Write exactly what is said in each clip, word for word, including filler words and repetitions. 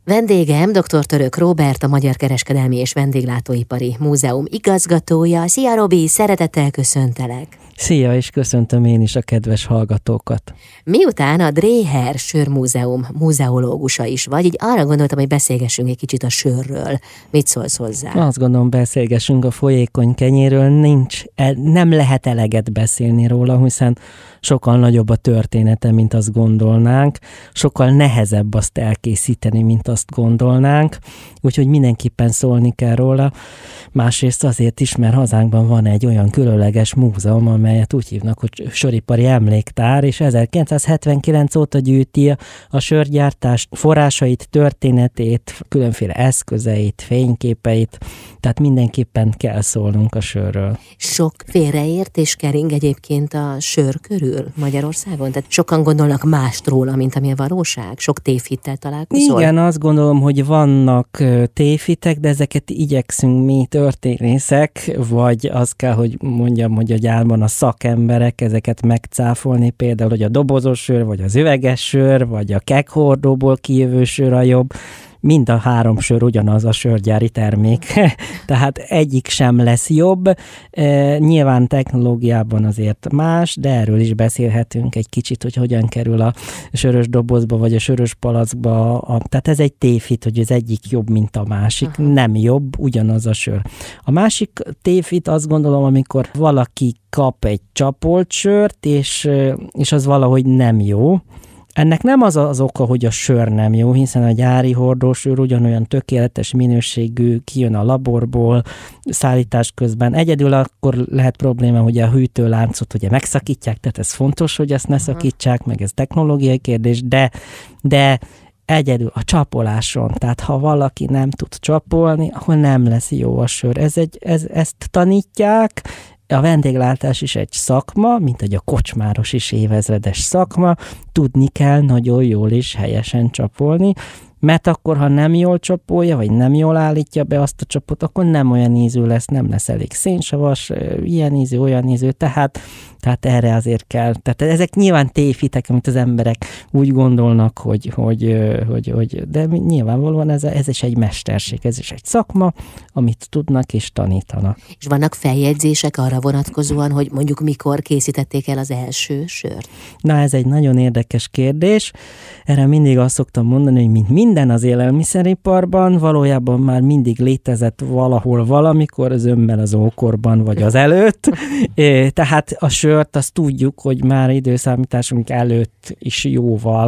Vendégem dr. Török Róbert, a Magyar Kereskedelmi és Vendéglátóipari Múzeum igazgatója. Szia, Robi, szeretettel köszöntelek! Szia, és köszöntöm én is a kedves hallgatókat! Miután a Dreher Sörmúzeum múzeológusa is vagy, így arra gondoltam, hogy beszélgessünk egy kicsit a sörről. Mit szólsz hozzá? Azt gondolom, beszélgessünk a folyékony kenyéről. Nincs, nem lehet eleget beszélni róla, hiszen sokkal nagyobb a története, mint azt gondolnánk. Sokkal nehezebb azt elkészíteni, mint azt gondolnánk. Úgyhogy mindenképpen szólni kell róla. Másrészt azért is, mert hazánkban van egy olyan különleges múzeum, amelyet úgy hívnak, hogy Söripari Emléktár, és ezerkilencszázhetvenkilenc óta gyűjti a sörgyártás forrásait, történetét, különféle eszközeit, fényképeit, tehát mindenképpen kell szólnunk a sörről. Sok félreértés kering egyébként a sör körül Magyarországon? Tehát sokan gondolnak mást róla, mint ami a valóság? Sok tévhittel találkozol? Igen, azt gondolom, hogy vannak tévhitek, de ezeket igyekszünk mi történészek, vagy azt kell, hogy mondjam, hogy a gyárban a szakemberek ezeket megcáfolni, például, hogy a dobozos sör, vagy az üveges sör, vagy a kekhordóból kijövő sör a jobb. Mind a három sör ugyanaz a sörgyári termék, tehát egyik sem lesz jobb. E, nyilván technológiában azért más, de erről is beszélhetünk egy kicsit, hogy hogyan kerül a sörös dobozba, vagy a sörös palackba. A, tehát ez egy tévhit, hogy az egyik jobb, mint a másik. Aha. Nem jobb, ugyanaz a sör. A másik tévhit azt gondolom, amikor valaki kap egy csapolt sört, és, és az valahogy nem jó. Ennek nem az az oka, hogy a sör nem jó, hiszen a gyári hordósör ugyanolyan tökéletes minőségű, kijön a laborból, szállítás közben. Egyedül akkor lehet probléma, hogy a hűtőláncot ugye megszakítják, tehát ez fontos, hogy ezt ne szakítsák, meg ez technológiai kérdés, de, de egyedül a csapoláson, tehát ha valaki nem tud csapolni, akkor nem lesz jó a sör. Ez egy, ez, ezt tanítják. A vendéglátás is egy szakma, mint egy a kocsmáros is évezredes szakma, tudni kell nagyon jól és helyesen csapolni, mert akkor, ha nem jól csapolja, vagy nem jól állítja be azt a csapot, akkor nem olyan ízű lesz, nem lesz elég szénsavas, ilyen ízű, olyan ízű, tehát, tehát erre azért kell. Tehát ezek nyilván tévhitek, amit az emberek úgy gondolnak, hogy, hogy, hogy, hogy de nyilvánvalóan ez, ez is egy mesterség, ez is egy szakma, amit tudnak és tanítanak. És vannak feljegyzések arra vonatkozóan, hogy mondjuk mikor készítették el az első sört? Na, ez egy nagyon érdekes kérdés. Erre mindig azt szoktam mondani, hogy mint minden az élelmiszeriparban, valójában már mindig létezett valahol valamikor, az önben az ókorban, vagy az előtt. Tehát a sört azt tudjuk, hogy már időszámításunk előtt is jóval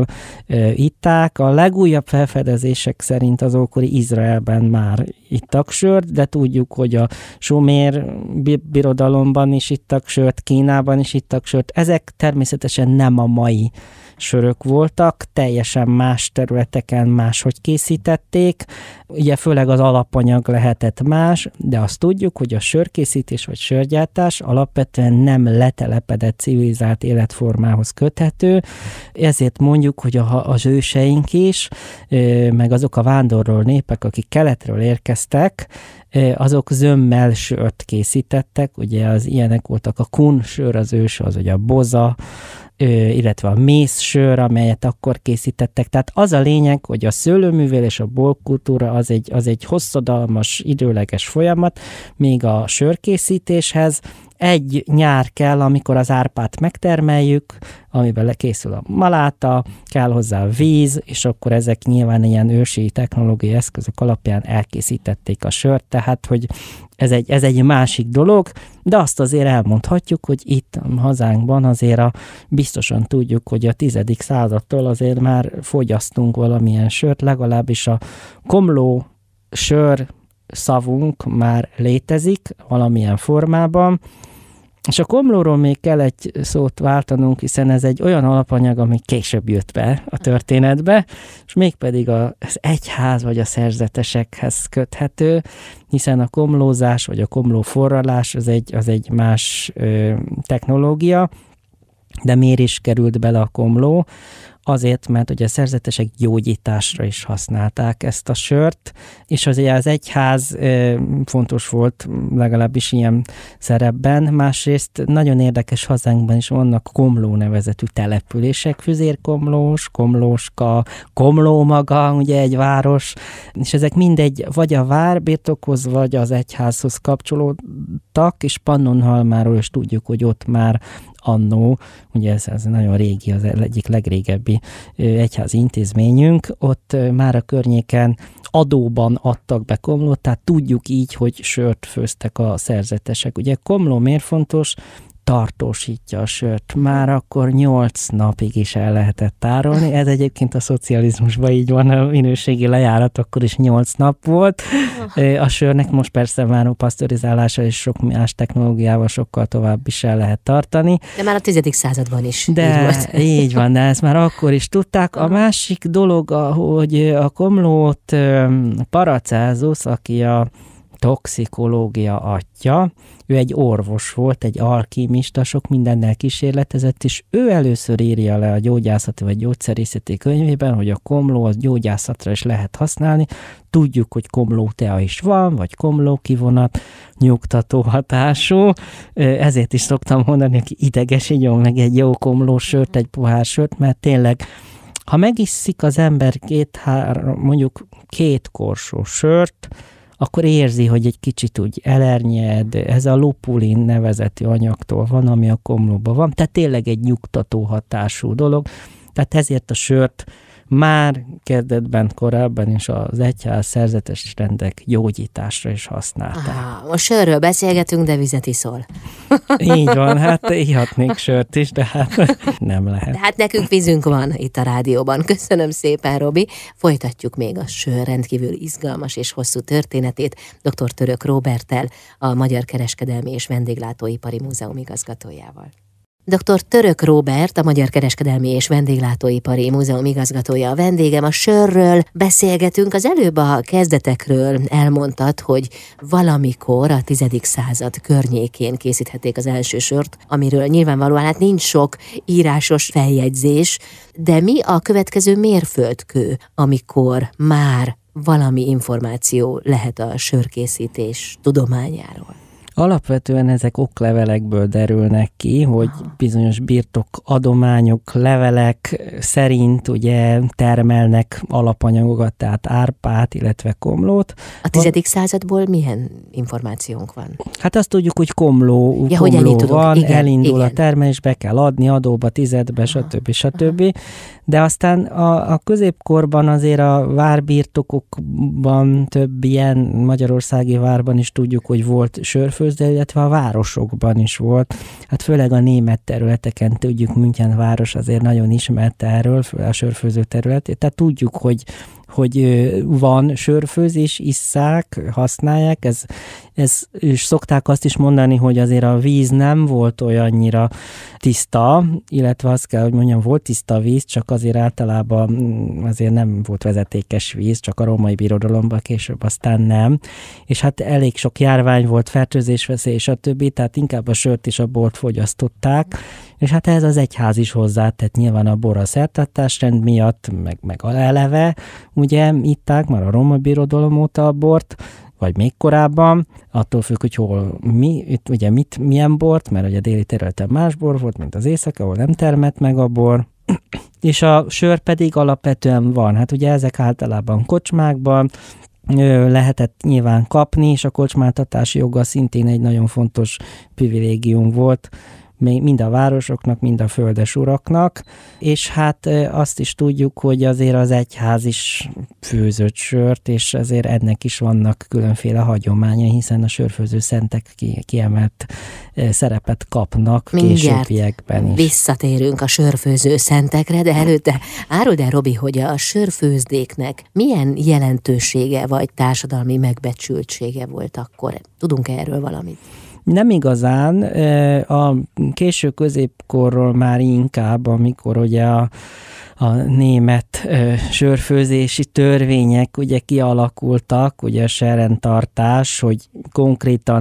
itták. A legújabb felfedezések szerint az ókori Izraelben már ittak sört, de tudjuk, hogy a Sumér birodalomban is ittak sört, Kínában is ittak sört. Ezek természetesen nem a mai sörök voltak, teljesen más területeken máshogy készítették. Ugye főleg az alapanyag lehetett más, de azt tudjuk, hogy a sörkészítés vagy sörgyártás alapvetően nem letelepedett civilizált életformához köthető. Ezért mondjuk, hogy a, az őseink is, meg azok a vándorló népek, akik keletről érkeztek, azok zömmel sört készítettek, ugye az ilyenek voltak a kun sör, az ős, az ugye a boza, illetve a mézsör, amelyet akkor készítettek. Tehát az a lényeg, hogy a szőlőművel és a borkultúra az egy, az egy hosszadalmas, időleges folyamat, még a sörkészítéshez egy nyár kell, amikor az árpát megtermeljük, amiben készül a maláta, kell hozzá a víz, és akkor ezek nyilván ilyen ősi technológiai eszközök alapján elkészítették a sört, tehát hogy ez egy, ez egy másik dolog, de azt azért elmondhatjuk, hogy itt a hazánkban azért a, biztosan tudjuk, hogy a tizedik századtól azért már fogyasztunk valamilyen sört, legalábbis a komló sör szavunk már létezik valamilyen formában, és a komlóról még kell egy szót váltanunk, hiszen ez egy olyan alapanyag, ami később jött be a történetbe, és mégpedig az egyház vagy a szerzetesekhez köthető, hiszen a komlózás vagy a komló forralás az egy, az egy más ö, technológia, de miért is került bele a komló? azért, mert ugye a szerzetesek gyógyításra is használták ezt a sört, és az, ugye az egyház fontos volt legalábbis ilyen szerepben, másrészt nagyon érdekes, hazánkban is vannak Komló nevezetű települések, Füzérkomlós, Komlóska, Komló maga, ugye egy város, és ezek mindegy vagy a várbirtokhoz, vagy az egyházhoz kapcsolódtak, és Pannonhalmáról is tudjuk, hogy ott már annó, ugye ez, ez nagyon régi, az egyik legrégebbi egyházi intézményünk, ott már a környéken adóban adtak be Komlót, tehát tudjuk így, hogy sört főztek a szerzetesek. Ugye Komló miért fontos? Tartósítja a sört. Már akkor nyolc napig is el lehetett tárolni. Ez egyébként a szocializmusban így van, a minőségi lejárat akkor is nyolc nap volt. A sörnek most persze már a pasztörizálása és sok más technológiával sokkal tovább is el lehet tartani. De már a tizedik században is de így volt. Így van, de ezt már akkor is tudták. A másik dolog, hogy a Komlót Paracelsus, aki a toxikológia atya, ő egy orvos volt, egy alkimista, sok mindennel kísérletezett, és ő először írja le a gyógyászati vagy gyógyszerészeti könyvében, hogy a komló az gyógyászatra is lehet használni. Tudjuk, hogy komlótea is van, vagy komlókivonat, nyugtató hatású. Ezért is szoktam mondani, hogy idegesítson meg egy jó komlósört, egy pohár sört, mert tényleg, ha megiszik az ember két, három, mondjuk két korsó sört, akkor érzi, hogy egy kicsit úgy elernyed, ez a lupulin nevezetű anyagtól van, ami a komlóban van, tehát tényleg egy nyugtató hatású dolog, tehát ezért a sört már kezdetben, korábban is az egyház szerzetes rendek gyógyításra is használták. Ah, most sörről beszélgetünk, de vizet iszol. Így van, hát ihatnék sört is, de hát nem lehet. De hát nekünk vízünk van itt a rádióban. Köszönöm szépen, Robi. Folytatjuk még a sör rendkívül izgalmas és hosszú történetét dr. Török Róberttel, a Magyar Kereskedelmi és Vendéglátóipari Múzeum igazgatójával. dr. Török Róbert, a Magyar Kereskedelmi és Vendéglátóipari Múzeum igazgatója a vendégem. A sörről beszélgetünk. Az előbb a kezdetekről elmondtad, hogy valamikor a tizedik század környékén készíthették az első sört, amiről nyilvánvalóan hát nincs sok írásos feljegyzés, de mi a következő mérföldkő, amikor már valami információ lehet a sörkészítés tudományáról? Alapvetően ezek oklevelekből derülnek ki, hogy bizonyos birtok adományok, levelek szerint ugye termelnek alapanyagokat, tehát árpát, illetve komlót. A tizedik századból milyen információnk van? Hát azt tudjuk, hogy komló, ja, komló hogy van, igen, elindul igen. a termelés, be kell adni adóba, tizedbe, stb. stb. De aztán a, a középkorban azért a várbirtokokban, több ilyen magyarországi várban is tudjuk, hogy volt sörfőzde, illetve a városokban is volt. Hát főleg a német területeken tudjuk, München város azért nagyon ismert erről, a sörfőző területét, tehát tudjuk, hogy hogy van sörfőzés, isszák, használják, ez, ez, és szokták azt is mondani, hogy azért a víz nem volt olyannyira tiszta, illetve azt kell, hogy mondjam, volt tiszta víz, csak azért általában azért nem volt vezetékes víz, csak a római birodalomban, később aztán nem, és hát elég sok járvány volt, fertőzésveszély, stb., tehát inkább a sört és a bort fogyasztották, és hát ez az egyház is hozzátett nyilván a bor a szertartásrend miatt, meg, meg a eleve, ugye itták már a római birodalom óta a bort, vagy még korábban, attól függ, hogy hol, mi, itt ugye mit, milyen bort, mert ugye a déli területen más bor volt, mint az észak, ahol nem termett meg a bor, és a sör pedig alapvetően van. Hát ugye ezek általában kocsmákban lehetett nyilván kapni, és a kocsmáltatási joga szintén egy nagyon fontos privilégium volt, mind a városoknak, mind a földes uraknak, és hát azt is tudjuk, hogy azért az egyház is főzött sört, és azért ennek is vannak különféle hagyományai, hiszen a sörfőző szentek kiemelt szerepet kapnak későbbiekben is. Visszatérünk a sörfőző szentekre, de előtte áruld el, Robi, hogy a sörfőzdéknek milyen jelentősége vagy társadalmi megbecsültsége volt akkor? Tudunk erről valamit? Nem igazán, a késő középkorról már inkább, amikor ugye a, a német sörfőzési törvények ugye kialakultak, ugye a serrendtartás, hogy konkrétan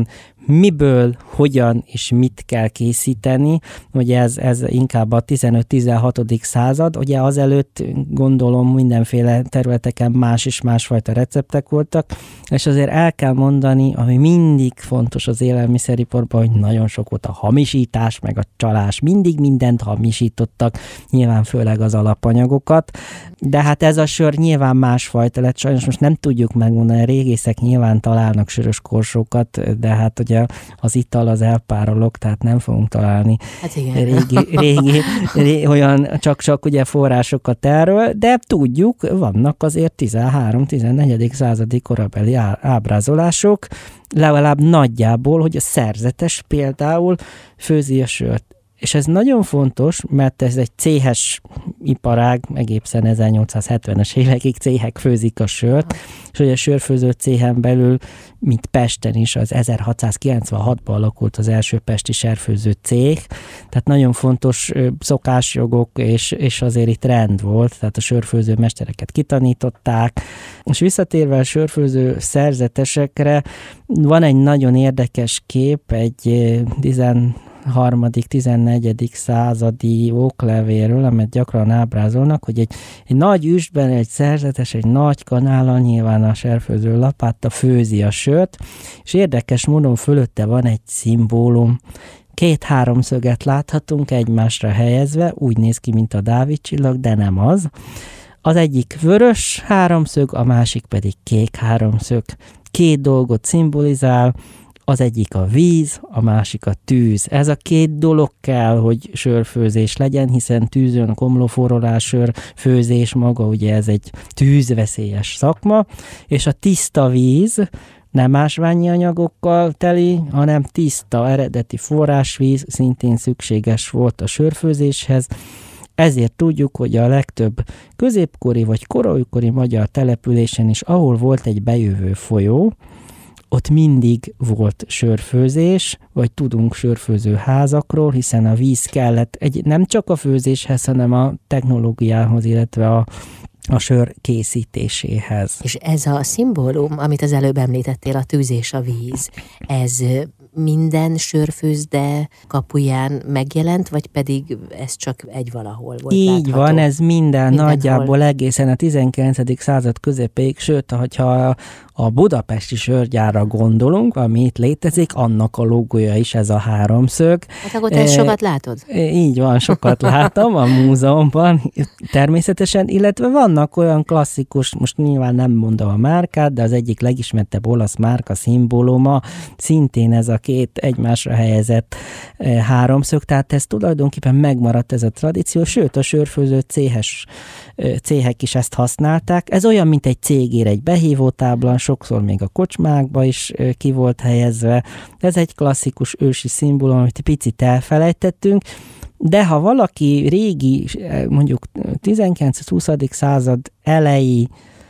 miből, hogyan és mit kell készíteni. Ugye ez, ez inkább a tizenöt-tizenhatodik század, ugye azelőtt gondolom mindenféle területeken más és másfajta receptek voltak, és azért el kell mondani, ami mindig fontos az élelmiszeriparban, hogy nagyon sok volt a hamisítás, meg a csalás, mindig mindent hamisítottak, nyilván főleg az alapanyagokat, de hát ez a sör nyilván másfajta lett, sajnos most nem tudjuk megmondani, a régészek nyilván találnak sörös korsókat, de hát ugye az ital az elpárolog, tehát nem fogunk találni hát igen. régi, régi, régi olyan csak-csak ugye forrásokat erről, de tudjuk, vannak azért tizenhárom-tizennegyedik századi korabeli ábrázolások, legalább nagyjából, hogy a szerzetes például főzi a sört. És ez nagyon fontos, mert ez egy céhes iparág, egészen ezernyolcszázhetvenes évekig céhek főzik a sört, és hogy a sörfőző céhen belül, mint Pesten is, az ezerhatszázkilencvenhatban alakult az első pesti serfőző cég, tehát nagyon fontos szokásjogok, és, és azért itt rend volt, tehát a sörfőző mestereket kitanították, és visszatérve a sörfőző szerzetesekre, van egy nagyon érdekes kép, egy tizenharmadik tizennegyedik századi oklevéről, amit gyakran ábrázolnak, hogy egy, egy nagy üstben egy szerzetes, egy nagy kanállal, nyilván a serfőző lapátta főzi a sört, és érdekes módon fölötte van egy szimbólum. Két háromszöget láthatunk egymásra helyezve, úgy néz ki, mint a Dávid csillag, de nem az. Az egyik vörös háromszög, a másik pedig kék háromszög. Két dolgot szimbolizál, az egyik a víz, a másik a tűz. Ez a két dolog kell, hogy sörfőzés legyen, hiszen tűzön komlóforrolás, sörfőzés maga, ugye ez egy tűzveszélyes szakma, és a tiszta víz nem ásványi anyagokkal teli, hanem tiszta, eredeti forrásvíz, szintén szükséges volt a sörfőzéshez. Ezért tudjuk, hogy a legtöbb középkori vagy koraújkori magyar településen is, ahol volt egy bejövő folyó, ott mindig volt sörfőzés, vagy tudunk sörfőző házakról, hiszen a víz kellett egy, nem csak a főzéshez, hanem a technológiához, illetve a, a sör készítéséhez. És ez a szimbólum, amit az előbb említettél, a tűz és a víz, ez minden sörfőzde kapuján megjelent, vagy pedig ez csak egy valahol volt Így látható? van, ez minden Mindenhol. Nagyjából egészen a tizenkilencedik század közepéig, sőt, ha a budapesti sörgyárra gondolunk, ami itt létezik, annak a logója is ez a háromszög. Hát akkor te ezt e, sokat látod? Így van, sokat látom a múzeumban, természetesen, illetve vannak olyan klasszikus, most nyilván nem mondom a márkát, de az egyik legismertebb olasz márka szimbóluma, szintén ez a két egymásra helyezett e, háromszög, tehát ez tulajdonképpen megmaradt ez a tradíció, sőt a sörfőző céhes, e, céhek is ezt használták. Ez olyan, mint egy cégér, egy behívótábla, sokszor még a kocsmákba is e, ki volt helyezve. Ez egy klasszikus ősi szimbólum, amit picit elfelejtettünk, de ha valaki régi, mondjuk tizenkilencedik-huszadik század elejé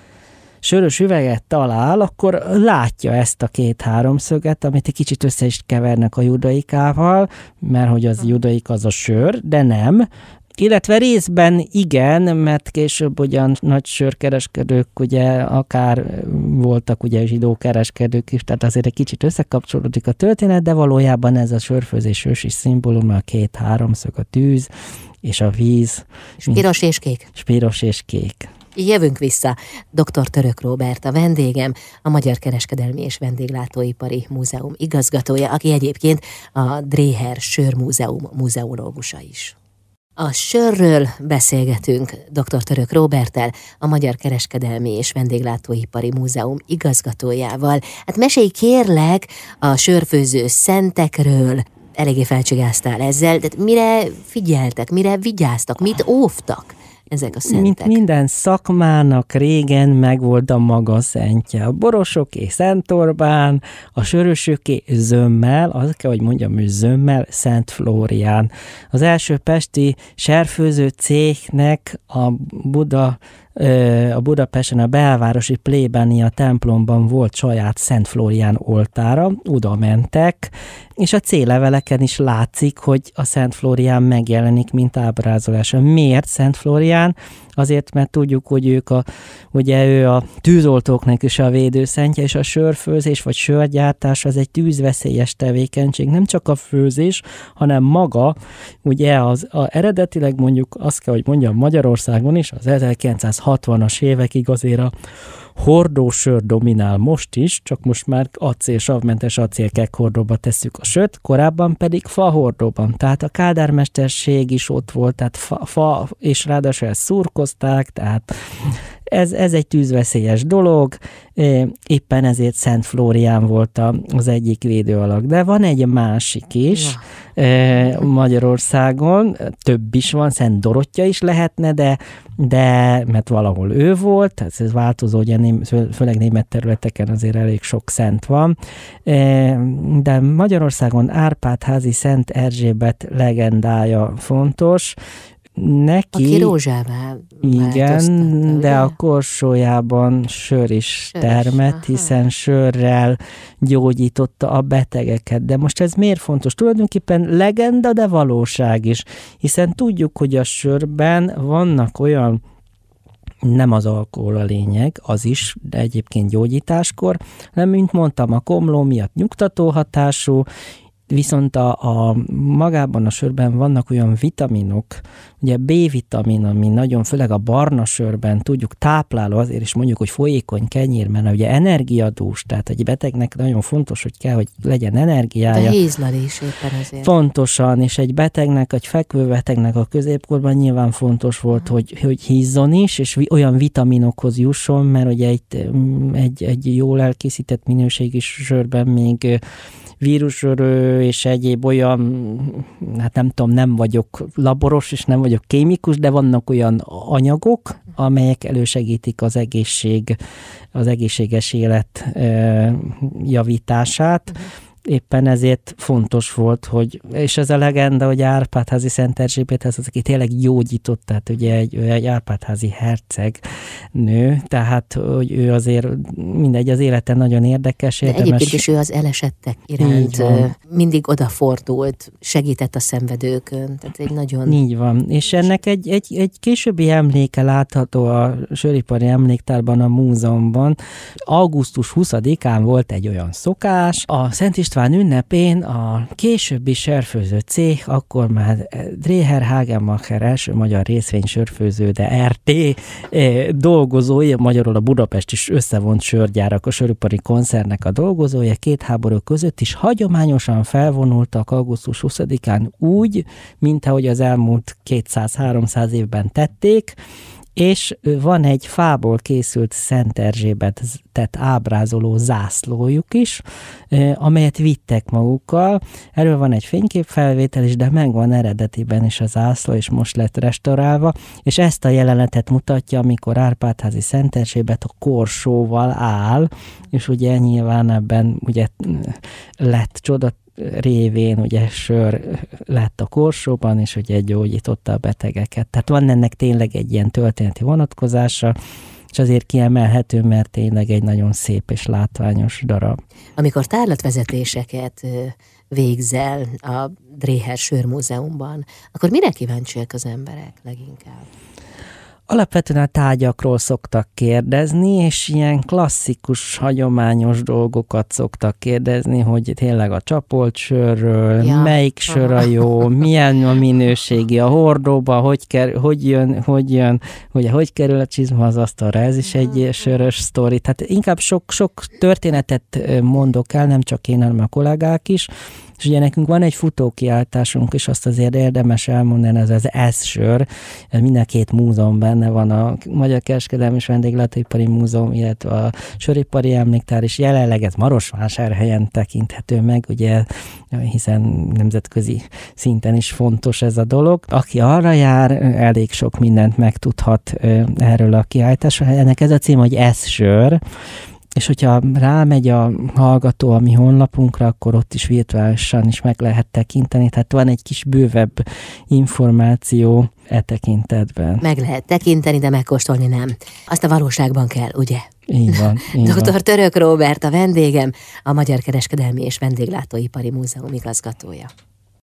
sörös üveget talál, akkor látja ezt a két háromszöget, amit egy kicsit össze is kevernek a judaikával, mert hogy az judaik az a sör, de nem. Illetve részben igen, mert később ugyan nagy sörkereskedők, ugye akár voltak ugye zsidó kereskedők is, tehát azért egy kicsit összekapcsolódik a történet, de valójában ez a sörfőzés ősi szimbólum, a két háromszög, a tűz és a víz. Piros és kék. Piros és kék. Jövünk vissza. doktor Török Róbert a vendégem, a Magyar Kereskedelmi és Vendéglátóipari Múzeum igazgatója, aki egyébként a Dréher Sörmúzeum múzeológusa is. A sörről beszélgetünk doktor Török Róberttel, a Magyar Kereskedelmi és Vendéglátóipari Múzeum igazgatójával. Hát mesélj kérlek a sörfőző szentekről, eléggé felcsigáztál ezzel, de mire figyeltek, mire vigyáztak, mit óvtak ezek a szentek? Mint minden szakmának régen megvolt a maga szentje. A borosoké Szent Orbán, a sörösöké Zömmel, az kell, hogy mondjam, hogy Zömmel, Szent Flórián. Az első pesti serfőző cégnek a Buda a Budapesten a belvárosi plébánia templomban volt saját Szent Flórián oltára, oda mentek, és a céleveleken is látszik, hogy a Szent Flórián megjelenik, mint ábrázolása. Miért Szent Flórián? Flórián, azért, mert tudjuk, hogy ők a, ugye ő a tűzoltóknak is a védőszentje, és a sörfőzés vagy sörgyártás az egy tűzveszélyes tevékenység, nem csak a főzés, hanem maga, ugye az a, eredetileg mondjuk azt kell, hogy mondjam, Magyarországon is az ezerkilencszázhatvanas évekig azért a hordósör dominál most is, csak most már acél, savmentes acélkekhordóba tesszük a sört, korábban pedig fahordóban. Tehát a kádármesterség is ott volt, tehát fa, fa és ráadásul ezt szurkozták, tehát ez, ez egy tűzveszélyes dolog, éppen ezért Szent Flórián volt az egyik védőalak. De van egy másik is ja. Magyarországon, több is van, Szent Dorottya is lehetne, de, de mert valahol ő volt, ez változó, ugye főleg német területeken azért elég sok szent van, de Magyarországon Árpád-házi Szent Erzsébet legendája fontos. Neki, aki rózsává igen, de a korsójában sör is sör termett, is, hiszen sörrel gyógyította a betegeket. De most ez miért fontos? Tulajdonképpen legenda, de valóság is, hiszen tudjuk, hogy a sörben vannak olyan, nem az alkohol a lényeg, az is, de egyébként gyógyításkor, hanem, mint mondtam, a komló miatt nyugtató hatású, viszont a, a magában a sörben vannak olyan vitaminok, ugye B-vitamin, ami nagyon, főleg a barna sörben tudjuk tápláló, azért is mondjuk, hogy folyékony kenyér, mert ugye energiadús, tehát egy betegnek nagyon fontos, hogy kell, hogy legyen energiája. De hízlal is éppen ezért. Pontosan, és egy betegnek, egy fekvő betegnek a középkorban nyilván fontos volt, hogy, hogy hízzon is, és olyan vitaminokhoz jusson, mert ugye egy, egy, egy jól elkészített minőségi sörben még vírusörő és egyéb olyan, hát nem tudom, nem vagyok laboros és nem vagyok kémikus, de vannak olyan anyagok, amelyek elősegítik az egészség, az egészséges élet javítását. Éppen ezért fontos volt, hogy, és ez a legenda, hogy Árpád-házi Szent Erzsébet, ez az, aki tényleg gyógyított, tehát ugye egy, egy Árpád-házi herceg nő, tehát hogy ő azért mindegy, az élete nagyon érdekes. De érdemes. egyébként is ő az elesettek iránt mindig odafordult, segített a szenvedőkön, tehát egy nagyon... Így van, és ennek egy, egy, egy későbbi emléke látható a söripari emléktárban, a múzeumban. augusztus huszadikán volt egy olyan szokás, a Szent István ünnepén a későbbi sörfőző cég, akkor már Dreher Hagenmacher első magyar részvénysörfőző, de er té dolgozója, magyarul a budapesti összevont sörgyárak, a söripari koncernek a dolgozója, két háború között is hagyományosan felvonultak augusztus huszadikán úgy, mint ahogy az elmúlt kétszáz-háromszáz évben tették, és van egy fából készült Szent Erzsébetet ábrázoló zászlójuk is, amelyet vittek magukkal. Erről van egy fényképfelvétel is, de megvan eredetiben is a zászló, és most lett restaurálva, és ezt a jelenetet mutatja, amikor Árpád-házi Szent Erzsébet a korsóval áll, és ugye nyilván ebben ugye lett csoda révén ugye sör lett a korsóban, és ugye gyógyította a betegeket. Tehát van ennek tényleg egy ilyen történeti vonatkozása, és azért kiemelhető, mert tényleg egy nagyon szép és látványos darab. Amikor tárlatvezetéseket végzel a Dreher Sörmúzeumban, akkor mire kíváncsiak az emberek leginkább? Alapvetően a tárgyakról szoktak kérdezni, és ilyen klasszikus, hagyományos dolgokat szoktak kérdezni, hogy tényleg a csapolt sörről, ja. melyik sör a jó, milyen a minőségi a hordóba, hogy, ker, hogy jön, hogy jön, ugye, hogy kerül a csizma az asztalra, ez is egy sörös sztori. Tehát inkább sok, sok történetet mondok el, nem csak én, hanem a kollégák is. És ugye nekünk van egy futókiáltásunk, és azt azért érdemes elmondani, ez az S-sör. Mind a két múzeum benne van, a Magyar Kereskedelmi és Vendéglátóipari Múzeum, illetve a Söripari Emléktár, és jelenleg ez Marosvásárhelyen tekinthető meg, ugye, hiszen nemzetközi szinten is fontos ez a dolog. Aki arra jár, elég sok mindent megtudhat erről a kiállításról. Ennek ez a cím, hogy S-sör, és hogyha rámegy a hallgató a mi honlapunkra, akkor ott is virtuálisan is meg lehet tekinteni, tehát van egy kis bővebb információ e tekintetben. Meg lehet tekinteni, de megkóstolni nem. Azt a valóságban kell, ugye? Így van. Így doktor van. Török Róbert a vendégem, a Magyar Kereskedelmi és Vendéglátóipari Múzeum igazgatója.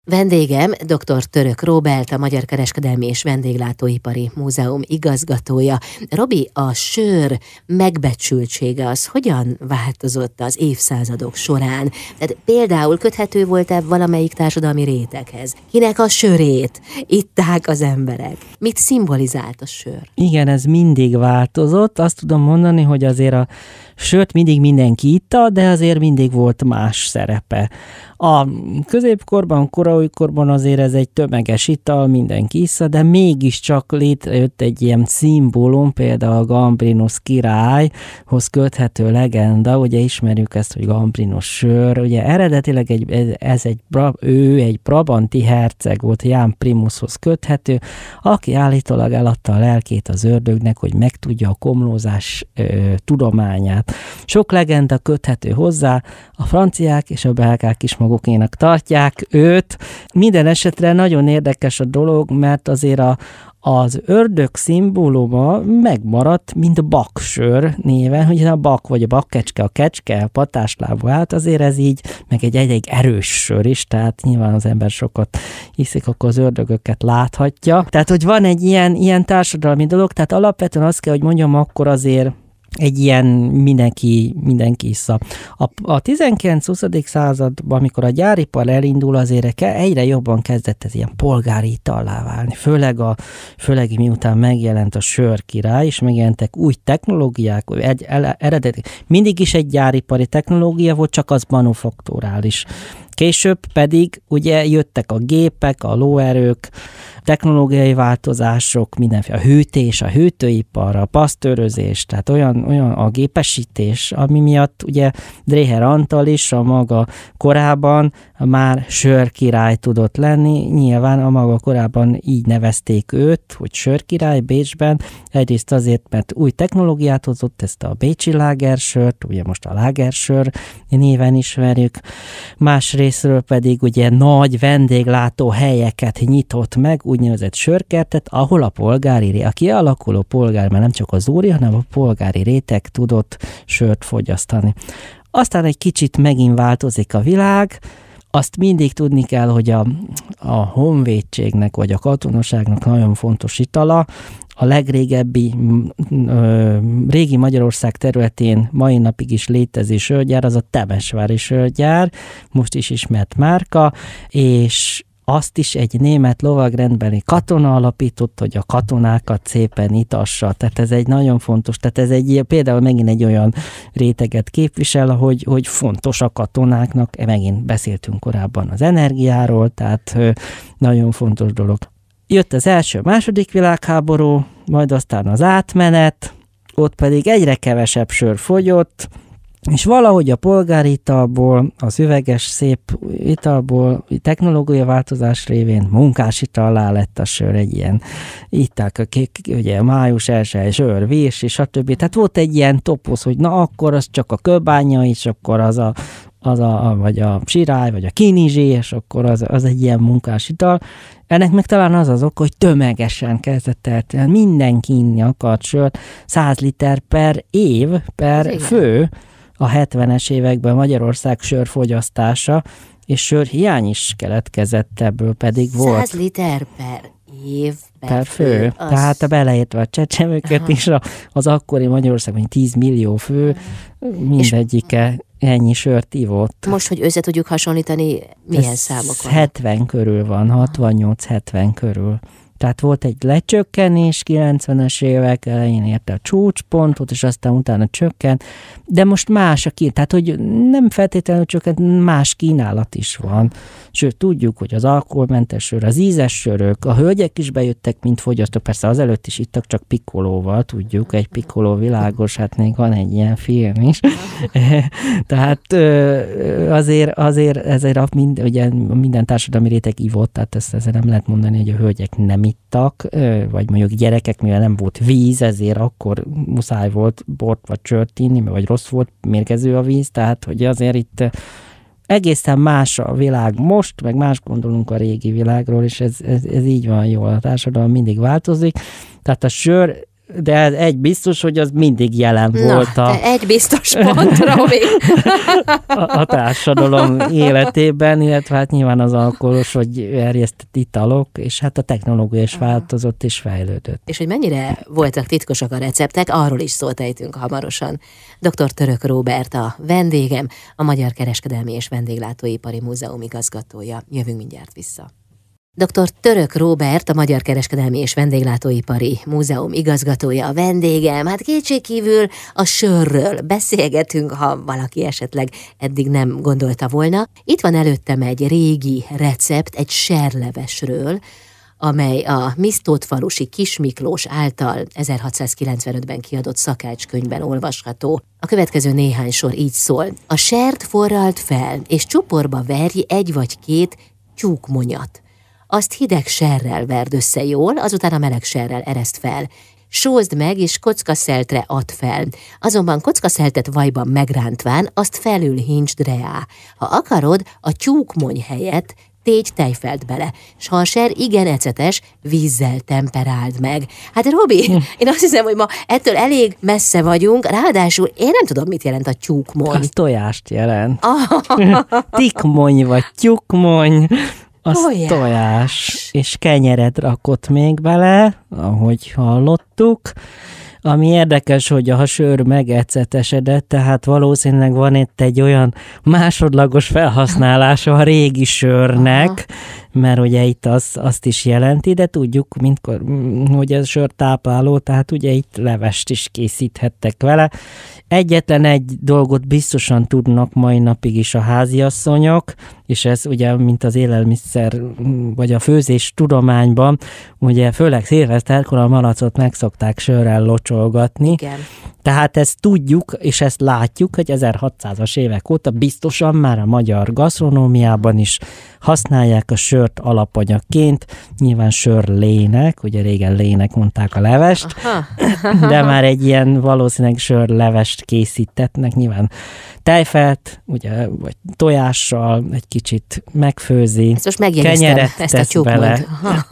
Vendégem dr. Török Róbert, a Magyar Kereskedelmi és Vendéglátóipari Múzeum igazgatója. Robi, a sör megbecsültsége az hogyan változott az évszázadok során? Tehát például köthető volt-e valamelyik társadalmi réteghez? Kinek a sörét itták az emberek? Mit szimbolizált a sör? Igen, ez mindig változott. Azt tudom mondani, hogy azért a sört mindig mindenki itta, de azért mindig volt más szerepe. A középkorban, koraújkorban azért ez egy tömeges ital, mindenki issza, de mégiscsak létrejött egy ilyen szimbólum, például a Gambrinus királyhoz köthető legenda, ugye ismerjük ezt, hogy Gambrinus sör, ugye eredetileg egy, ez egy, ő egy brabanti herceg volt, Ján Primushoz köthető, aki állítólag eladta a lelkét az ördögnek, hogy megtudja a komlózás ö, tudományát. Sok legenda köthető hozzá, a franciák és a belgák is magukénak tartják őt. Minden esetre nagyon érdekes a dolog, mert azért a, az ördög szimbóluma megmaradt, mint baksör néven, hogy a bak vagy a bakkecske, a kecske, a patáslábú állt, azért ez így, meg egy elég erős sör is, tehát nyilván az ember sokat iszik, akkor az ördögöket láthatja. Tehát, hogy van egy ilyen, ilyen társadalmi dolog, tehát alapvetően azt kell, hogy mondjam, akkor azért egy ilyen mindenki, mindenki issza. A, a tizenkilenc-huszadik században, amikor a gyáripar elindul, azért egyre jobban kezdett ez ilyen polgári itallá válni. Főleg, a, főleg miután megjelent a sörkirály, és megjelentek új technológiák, egy, eredeti, mindig is egy gyáripari technológia volt, csak az manufakturális. Később pedig ugye jöttek a gépek, a lóerők, technológiai változások, mindenféle a hűtés, a hűtőipar, a pasztőrözés, tehát olyan, olyan a gépesítés, ami miatt ugye Dreher Antal is a maga korában már sörkirály tudott lenni. Nyilván a maga korában így nevezték őt, hogy sörkirály Bécsben. Egyrészt azért, mert új technológiát hozott, ezt a bécsi lágersört, ugye most a lágersör néven ismerjük. Másrésztről pedig ugye nagy vendéglátó helyeket nyitott meg, úgynevezett sörkertet, ahol a polgári, a kialakuló polgár, mert nem csak az úri, hanem a polgári réteg tudott sört fogyasztani. Aztán egy kicsit megint változik a világ, azt mindig tudni kell, hogy a, a honvédségnek vagy a katonaságnak nagyon fontos itala, a legrégebbi ö, régi Magyarország területén mai napig is létező sörgyár, az a Temesvári sörgyár, most is ismert márka, és azt is egy német lovagrendbeli katona alapított, hogy a katonákat szépen itassa. Tehát ez egy nagyon fontos, tehát ez egy például megint egy olyan réteget képvisel, hogy, hogy fontos a katonáknak, megint beszéltünk korábban az energiáról, tehát nagyon fontos dolog. Jött az első, második világháború, majd aztán az átmenet, ott pedig egyre kevesebb sör fogyott, és valahogy a polgári italból, az üveges szép italból, technológiai változás révén munkásitallá lett a sör, egy ilyen itták, akik ugye május elsője, sör, vés, és stb. Tehát volt egy ilyen toposz, hogy na akkor az csak a kőbánya, és akkor az a, az a vagy a sirály, vagy a kinizsé, és akkor az, az egy ilyen munkásital. Ennek meg talán az az ok, hogy tömegesen kezdett el, mindenki inni akart sört, száz liter per év, per fő, a hetvenes években Magyarország sörfogyasztása, és sörhiány is keletkezett, ebből pedig volt. száz liter per év per, per fő. fő. Az... Tehát beleértve a csecsemőket is, az akkori Magyarországban tíz millió fő, mindegyike ennyi sört ivott. Most, hogy össze tudjuk hasonlítani, milyen Ez számok van? hetven körül van, hatvannyolc-hetven körül. Tehát volt egy lecsökkenés, kilencvenes évek elején érte a csúcspontot, és aztán utána csökkent, de most más a kínálat, tehát hogy nem feltétlenül csökkent, más kínálat is van. Sőt, tudjuk, hogy az alkoholmentes sör, az ízes sörök, a hölgyek is bejöttek, mint fogyasztók, persze azelőtt is ittak, csak pikkolóval, tudjuk, egy pikkoló világos, hát még van egy ilyen film is. Tehát azért, azért ezért mind, ugye minden társadalmi réteg ivott, tehát ezt ezért nem lehet mondani, hogy a hölgyek nem ittak, vagy mondjuk gyerekek, mivel nem volt víz, ezért akkor muszáj volt bort vagy csört inni, vagy rossz volt, mérgező a víz, tehát hogy azért itt egészen más a világ most, meg más gondolunk a régi világról, és ez, ez, ez így van jól, a társadalom mindig változik, tehát a sör de egy biztos, hogy az mindig jelen Na, volt a, egy biztos pont, Robi. a, a társadalom életében, illetve hát nyilván az alkoholos vagy erjesztett italok, és hát a technológia is változott és fejlődött. És hogy mennyire voltak titkosak a receptek, arról is szót ejtünk hamarosan. doktor Török Róbert a vendégem, a Magyar Kereskedelmi és Vendéglátóipari Múzeum igazgatója. Jövünk mindjárt vissza. doktor Török Róbert, a Magyar Kereskedelmi és Vendéglátóipari Múzeum igazgatója a vendégem. Hát kétségkívül a sörről beszélgetünk, ha valaki esetleg eddig nem gondolta volna. Itt van előttem egy régi recept, egy serlevesről, amely a Misztótfalusi Kis Miklós által ezerhatszázkilencvenötben kiadott szakácskönyvben olvasható. A következő néhány sor így szól. A sert forralt fel, és csuporba verj egy vagy két tyúkmonyat. Azt hideg serrel verd össze jól, azután a meleg serrel ereszt fel. Sózd meg, és kockaszeltre add fel. Azonban kockaszeltet vajban megrántván, azt felül hincsd reá. Ha akarod, a tyúkmony helyett tégy tejfelt bele, s ha a ser igen ecetes, vízzel temperáld meg. Hát Robi, én azt hiszem, hogy ma ettől elég messze vagyunk, ráadásul én nem tudom, mit jelent a tyúkmony. Az tojást jelent. Tikmony vagy tyúkmony. Az tojás. tojás, és kenyeret rakott még bele, ahogy hallottuk. Ami érdekes, hogy a sör megecetesedett, tehát valószínűleg van itt egy olyan másodlagos felhasználása a régi sörnek, aha, mert ugye itt az, azt is jelenti, de tudjuk, mintkor, hogy ez sörtápláló, tehát ugye itt levest is készíthettek vele. Egyetlen egy dolgot biztosan tudnak mai napig is a háziasszonyok, és ez ugye, mint az élelmiszer, vagy a főzés tudományban, ugye főleg szilveszterkor a malacot meg szokták sörrel locsolgatni. Igen. Tehát ezt tudjuk, és ezt látjuk, hogy ezerhatszázas évek óta biztosan már a magyar gasztronómiában is használják a sört alapanyagként, nyilván sörlének, ugye régen lének mondták a levest, aha, de már egy ilyen valószínűleg sörlevest készítetnek, nyilván tejfelt, ugye, vagy tojással egy kicsit megfőzi, ezt most megjegyeztem, ezt a tyúkmonyt.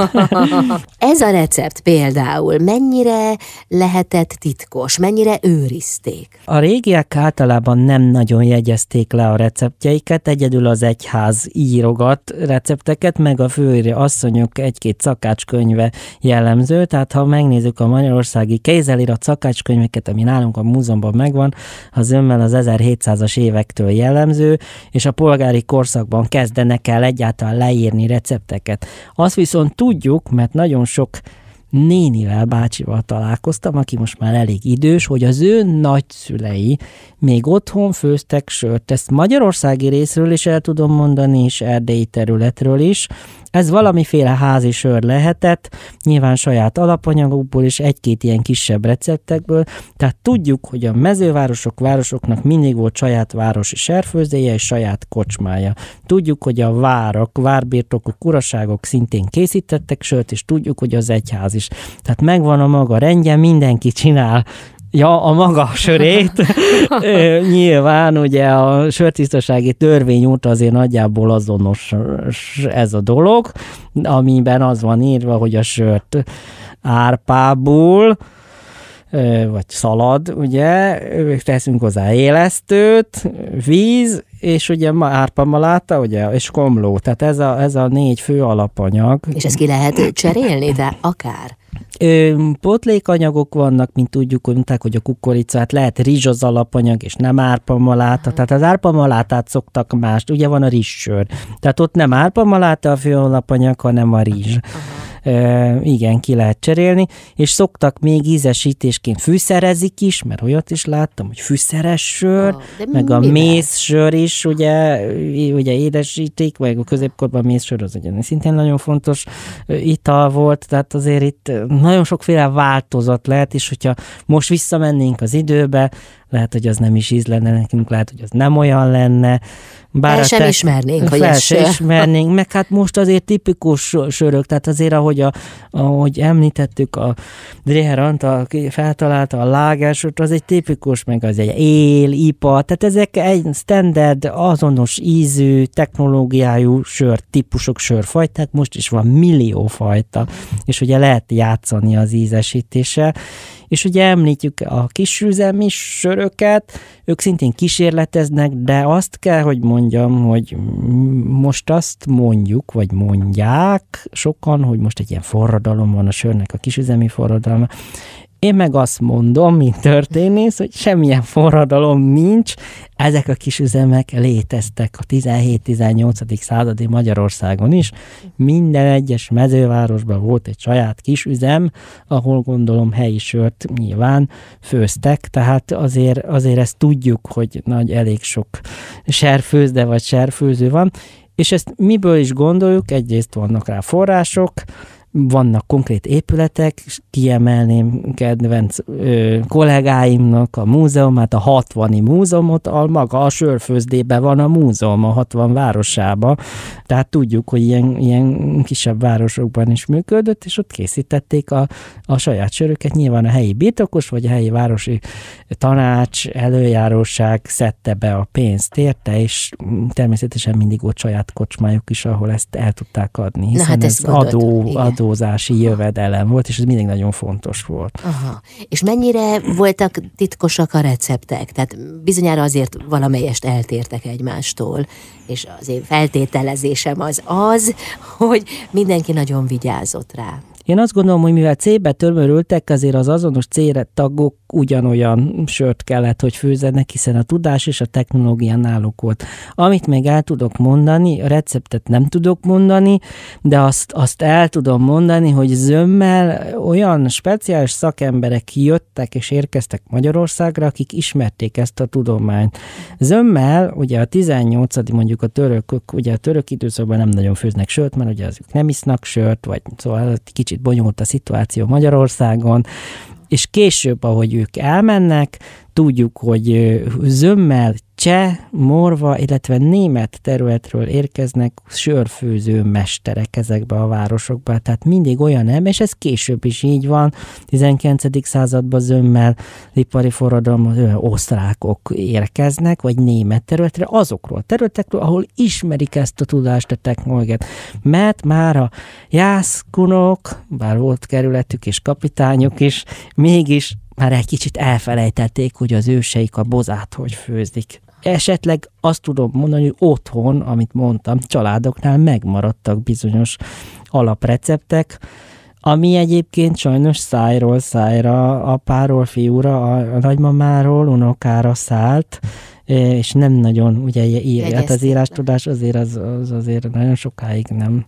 Ez a recept például mennyire lehetett titkos, mennyire őrizték? A régiek általában nem nagyon jegyezték le a receptjeiket, egyedül az egyház írogat recepteket, meg a főírja asszonyok egy-két szakácskönyve jellemző, tehát ha megnézzük a magyarországi kézelirat szakácskönyveket, ami nálunk a múzeumban megvan, az ömmel az ezerhétszázas évektől jellemző, és a polgári korszakban kezdenek el egyáltalán leírni recepteket. Azt viszont tudjuk, mert nagyon sok nénivel, bácsival találkoztam, aki most már elég idős, hogy az ő nagyszülei még otthon főztek sört. Ezt magyarországi részről is el tudom mondani, és erdélyi területről is. Ez valamiféle házi sör lehetett, nyilván saját alapanyagokból és egy-két ilyen kisebb receptekből, tehát tudjuk, hogy a mezővárosok, városoknak mindig volt saját városi serfőzdéje és saját kocsmája. Tudjuk, hogy a várak, várbirtokok, uraságok szintén készítettek sört, és tudjuk, hogy az egyház is. Tehát megvan a maga rendje, mindenki csinál Ja, a maga sörét. Nyilván ugye a sörtisztasági törvény óta azért nagyjából azonos ez a dolog, amiben az van írva, hogy a sört árpából, vagy szalad, ugye, teszünk hozzá élesztőt, víz, és ugye árpamaláta, ugye, és komló. Tehát ez a, ez a négy fő alapanyag. És ezt ki lehet cserélni, de akár? Ö, pótlékanyagok vannak, mint tudjuk, mondták, hogy a kukoricát lehet rizs az alapanyag, és nem árpamaláta. Uh-huh. Tehát az árpamalátát szoktak mást, ugye van a rizssör. Tehát ott nem árpamaláta a fő alapanyag, hanem a rizs. Uh-huh. Ö, igen, ki lehet cserélni, és szoktak még ízesítésként fűszerezik is, mert olyat is láttam, hogy fűszeres sör, oh, meg a mézsör is, ugye, ugye édesítik, vagy a középkorban a mézsör az ugye szintén nagyon fontos ital volt, tehát azért itt nagyon sokféle változat lehet, és hogyha most visszamennénk az időbe, lehet, hogy az nem is íz lenne nekünk, lehet, hogy az nem olyan lenne. Bár fel sem te... ismernénk, hogy fel sem ismernénk, meg hát most azért tipikus sörök, tehát azért, ahogy, a, ahogy említettük, a Dreher Antal feltalálta a lágersört, az egy tipikus, meg az egy él, ipa, tehát ezek egy standard, azonos ízű, technológiájú sör, típusok, sörfajták, most is van millió fajta, és ugye lehet játszani az ízesítéssel, és ugye említjük a kisüzemi söröket, ők szintén kísérleteznek, de azt kell, hogy mondjam, hogy most azt mondjuk, vagy mondják sokan, hogy most egy ilyen forradalom van a sörnek, a kisüzemi forradalma. Én meg azt mondom, mint történész, hogy semmilyen forradalom nincs, ezek a kisüzemek léteztek a tizenhét-tizennyolcadik századi Magyarországon is. Minden egyes mezővárosban volt egy saját kisüzem, ahol gondolom helyi sört nyilván főztek, tehát azért, azért ezt tudjuk, hogy nagy, elég sok serfőzde vagy serfőző van, és ezt miből is gondoljuk, egyrészt vannak rá források, vannak konkrét épületek, kiemelném kedvenc ö, kollégáimnak a múzeumát, a hatvani múzeumot, a maga a sörfőzdében van a múzeum, a hatvan városában, tehát tudjuk, hogy ilyen, ilyen kisebb városokban is működött, és ott készítették a, a saját söröket, nyilván a helyi birtokos, vagy a helyi városi tanács, előjáróság szedte be a pénzt érte, és természetesen mindig ott saját kocsmájuk is, ahol ezt el tudták adni, hiszen hát ez adó, adó adózási jövedelem volt, és ez mindig nagyon fontos volt. Aha. És mennyire voltak titkosak a receptek? Tehát bizonyára azért valamelyest eltértek egymástól, és az én feltételezésem az az, hogy mindenki nagyon vigyázott rá. Én azt gondolom, hogy mivel C-be tömörültek, azért az azonos C-re tagok ugyanolyan sört kellett, hogy főzzenek, hiszen a tudás és a technológia náluk volt. Amit még el tudok mondani, a receptet nem tudok mondani, de azt, azt el tudom mondani, hogy zömmel olyan speciális szakemberek jöttek és érkeztek Magyarországra, akik ismerték ezt a tudományt. Zömmel, ugye a tizennyolcadik mondjuk a törökök, ugye a török időszakban nem nagyon főznek sört, mert ugye azok nem isznak sört, vagy szóval kicsit bonyolult a szituáció Magyarországon, és később, ahogy ők elmennek, tudjuk, hogy zömmel cseh, morva, illetve német területről érkeznek sörfőző mesterek ezekbe a városokba, tehát mindig olyan nem, és ez később is így van, tizenkilencedik században zömmel ipari forradalomban osztrákok érkeznek, vagy német területre, azokról a területekről, ahol ismerik ezt a tudást, a technológiát, mert már a jászkunok, bár volt kerületük és kapitányok is, mégis már egy kicsit elfelejtették, hogy az őseik a bozát hogy főzik. Esetleg azt tudom mondani, hogy otthon, amit mondtam, családoknál megmaradtak bizonyos alapreceptek, ami egyébként sajnos szájról szájra, apáról fiúra, a nagymamáról unokára szállt, és nem nagyon, ugye hát az írástudás azért az, az azért nagyon sokáig nem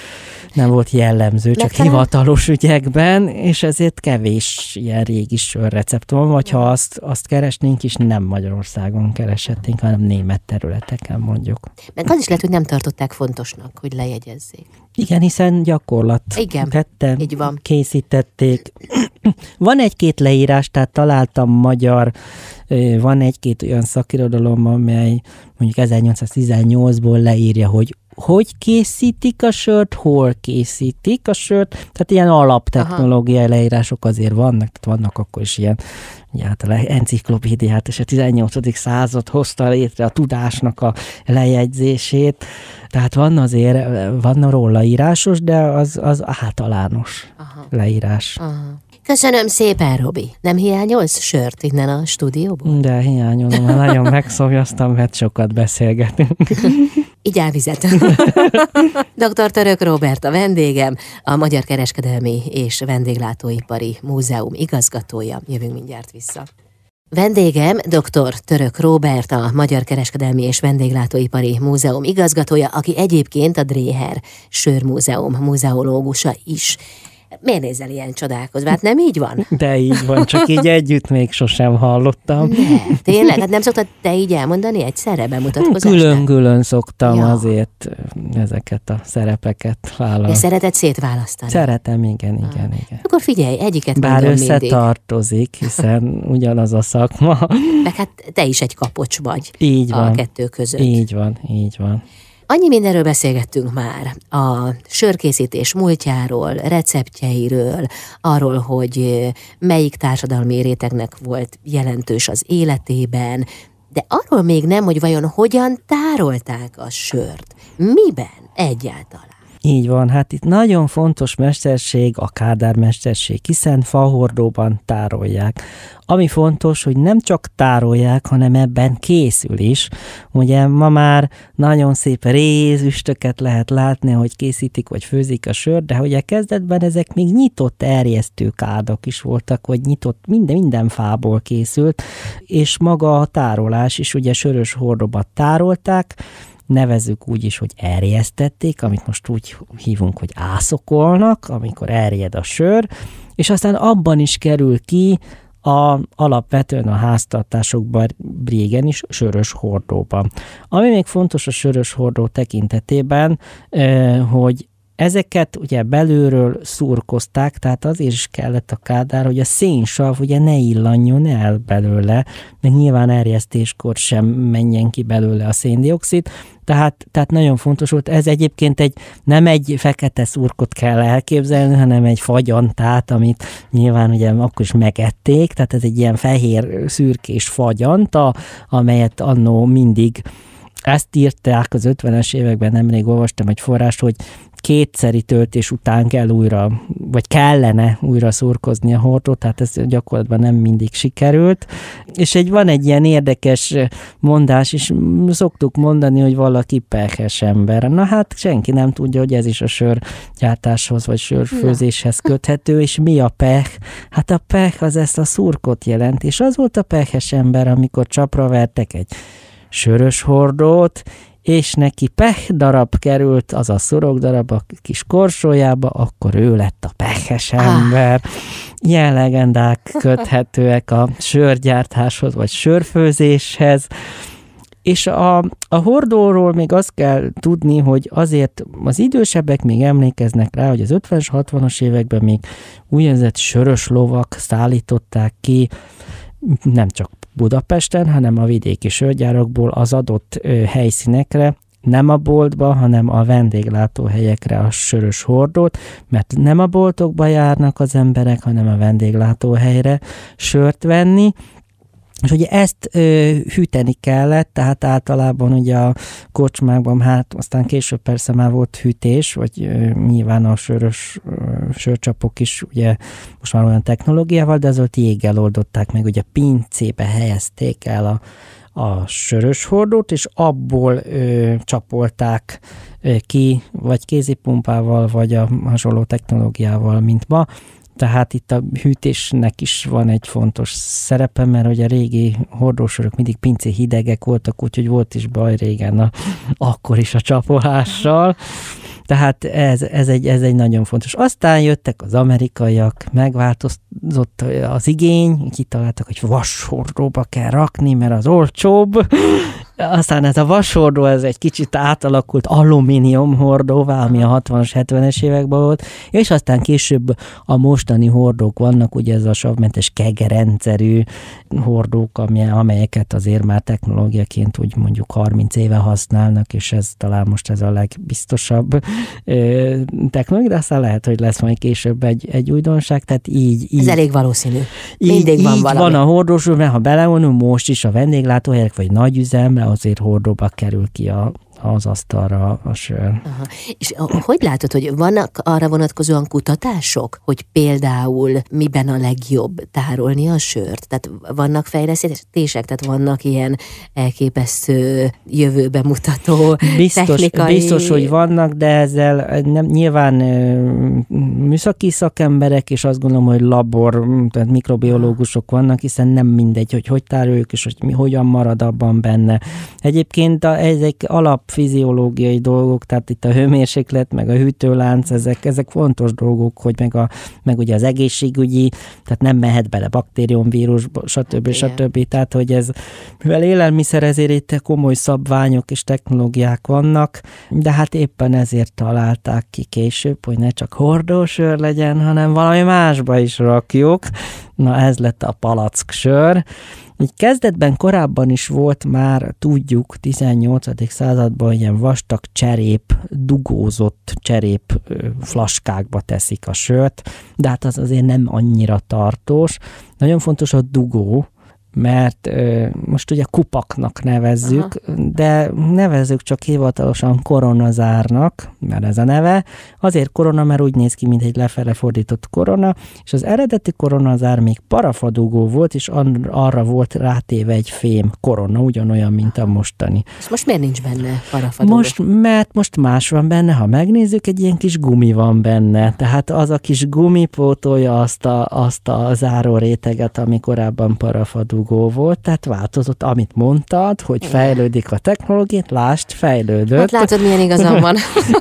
nem volt jellemző, csak Legfelán... hivatalos ügyekben, és ezért kevés ilyen régi sörrecept van, vagy ha azt, azt keresnénk is, nem Magyarországon kereshetnénk, hanem német területeken mondjuk. Meg az is lehet, hogy nem tartották fontosnak, hogy lejegyezzék. Igen, hiszen gyakorlat. Igen, tettem, így van. Készítették. Van egy-két leírás, tehát találtam magyar, van egy-két olyan szakirodalom, amely mondjuk ezernyolcszáztizennyolcból leírja, hogy hogy készítik a sört, hol készítik a sört, tehát ilyen alaptechnológiai leírások azért vannak, tehát vannak akkor is ilyen, hát a enciklopédiát és a tizennyolcadik század hozta létre a tudásnak a lejegyzését, tehát van azért, van róla írásos, de az, az általános Aha. leírás. Aha. Köszönöm szépen, Robi. Nem hiányolsz sört innen a stúdióból? De hiányolom, mert nagyon megszomjaztam, mert sokat beszélgetünk. Igyál vizet. doktor Török Róbert a vendégem, a Magyar Kereskedelmi és Vendéglátóipari Múzeum igazgatója. Jövünk mindjárt vissza. Vendégem doktor Török Róbert, a Magyar Kereskedelmi és Vendéglátóipari Múzeum igazgatója, aki egyébként a Dreher Sörmúzeum muzeológusa is. Miért nézel ilyen csodálkozva? Hát nem így van? De így van, csak így együtt még sosem hallottam. Ne, tényleg? Hát nem szoktad te így elmondani egyszerre bemutatkozásnál? Külön-külön szoktam ja. azért ezeket a szerepeket vállalni. De szereted szétválasztani? Szeretem, igen, igen, ah. igen. Akkor figyelj, egyiket Bár mondom mindig. Bár összetartozik, hiszen ugyanaz a szakma. Meg hát te is egy kapocs vagy így a van. kettő között. Így van, így van. Annyi mindenről beszélgettünk már, a sörkészítés múltjáról, receptjeiről, arról, hogy melyik társadalmi rétegnek volt jelentős az életében, de arról még nem, hogy vajon hogyan tárolták a sört, miben egyáltalán. Így van, hát itt nagyon fontos mesterség a kádármesterség, hiszen fahordóban tárolják. Ami fontos, hogy nem csak tárolják, hanem ebben készül is. Ugye ma már nagyon szép rézüstöket lehet látni, hogy készítik vagy főzik a sört, de ugye kezdetben ezek még nyitott erjesztő kádak is voltak, vagy nyitott, minden, minden fából készült, és maga a tárolás is ugye sörös hordóban tárolták, nevezzük úgy is, hogy erjesztették, amit most úgy hívunk, hogy ászokolnak, amikor erjed a sör, és aztán abban is kerül ki a, alapvetően a háztartásokban régen is sörös hordóban. Ami még fontos a sörös hordó tekintetében, hogy ezeket ugye belülről szurkozták, tehát azért is kellett a kádár, hogy a szénsav ugye ne illanjon el belőle, meg nyilván erjesztéskor sem menjen ki belőle a széndioxid, tehát, tehát nagyon fontos volt. Ez egyébként egy, nem egy fekete szurkot kell elképzelni, hanem egy fagyantát, amit nyilván ugye akkor is megették, tehát ez egy ilyen fehér szürkés fagyanta, amelyet annó mindig ezt írták az ötvenes években, nemrég olvastam egy forrást, hogy kétszeri töltés után kell újra, vagy kellene újra szurkozni a hordót, tehát ez gyakorlatban nem mindig sikerült. És egy, van egy ilyen érdekes mondás, és szoktuk mondani, hogy valaki pekhes ember. Na hát senki nem tudja, hogy ez is a sörgyártáshoz, vagy sörfőzéshez köthető, és mi a pech? Hát a pech az ezt a szurkot jelent, és az volt a pekhes ember, amikor csapra vertek egy sörös hordót, és neki pech darab került, az a szurok darab a kis korsójába, akkor ő lett a pekhes ember. Ah. Ilyen legendák köthetőek a sörgyártáshoz, vagy sörfőzéshez. És a, a hordóról még azt kell tudni, hogy azért az idősebbek még emlékeznek rá, hogy az ötvenes, hatvanas években még úgynevezett sörös lovak szállították ki, nem csak Budapesten, hanem a vidéki sörgyárakból az adott ö, helyszínekre, nem a boltba, hanem a vendéglátóhelyekre a sörös hordót, mert nem a boltokba járnak az emberek, hanem a vendéglátóhelyre sört venni, és ugye ezt ö, hűteni kellett, tehát általában ugye a kocsmákban, hát aztán később persze már volt hűtés, vagy ö, nyilván a sörös ö, sörcsapok is ugye most már olyan technológiával, de azolt jéggel oldották meg, ugye pincébe helyezték el a, a sörös hordót, és abból ö, csapolták ö, ki, vagy kézipumpával, vagy a hasonló technológiával, mint ma. Tehát itt a hűtésnek is van egy fontos szerepe, mert ugye a régi hordósörök mindig pincé hidegek voltak, úgyhogy volt is baj régen a, akkor is a csapolással. Tehát ez, ez, egy, ez egy nagyon fontos. Aztán jöttek az amerikaiak, megváltozott az igény, kitaláltak, hogy vashordóba kell rakni, mert az olcsóbb. Aztán ez a vashordó, ez egy kicsit átalakult alumínium hordóvá, ami a hatvanas, hetvenes években volt, és aztán később a mostani hordók vannak, ugye ez a savmentes kegerendszerű hordók, amelyeket azért már technológiaként úgy mondjuk harminc éve használnak, és ez talán most ez a legbiztosabb ö, technológia, de aztán lehet, hogy lesz majd később egy, egy újdonság, tehát így. így ez elég valószínű. Mindig így, van így valami. Van a hordósról, mert ha belevonunk most is a vendéglátóhelyek, vagy nagyüzemre, azért hordóba kerül ki a, az asztalra a sör. Aha. És hogy látod, hogy vannak arra vonatkozóan kutatások, hogy például miben a legjobb tárolni a sört? Tehát vannak fejlesztések, tehát vannak ilyen elképesztő jövőbe mutató biztos, technikai... Biztos, hogy vannak, de ezzel nem, nyilván műszaki szakemberek, és azt gondolom, hogy labor, tehát mikrobiológusok vannak, hiszen nem mindegy, hogy hogy tároljuk, és hogy mi, hogyan marad abban benne. Egyébként a, ezek alap fiziológiai dolgok, tehát itt a hőmérséklet, meg a hűtőlánc, ezek, ezek fontos dolgok, hogy meg, a, meg ugye az egészségügyi, tehát nem mehet bele baktérium, vírus, stb. Hát, stb. Tehát, hogy ez, mivel élelmiszer, ezért itt komoly szabványok és technológiák vannak, de hát éppen ezért találták ki később, hogy ne csak hordósör legyen, hanem valami másba is rakjuk. Na, ez lett a palacksör. Így kezdetben korábban is volt már, tudjuk, tizennyolcadik században ilyen vastag cserép, dugózott cserép flaskákba teszik a sört, de hát az azért nem annyira tartós. Nagyon fontos a dugó, mert ö, most ugye kupaknak nevezzük, aha, de nevezzük csak hivatalosan koronazárnak, mert ez a neve. Azért korona, mert úgy néz ki, mint egy lefele fordított korona, és az eredeti koronazár még parafadugó volt, és arra volt rátéve egy fém korona, ugyanolyan, mint a mostani. És most miért nincs benne parafadugó? Most, mert most más van benne, ha megnézzük, egy ilyen kis gumi van benne, tehát az a kis gumi pótolja azt a, azt a záró réteget, ami korábban parafadugó volt, tehát változott, amit mondtad, hogy fejlődik a technológia, lásd, fejlődött. Hát látod, milyen igazam van.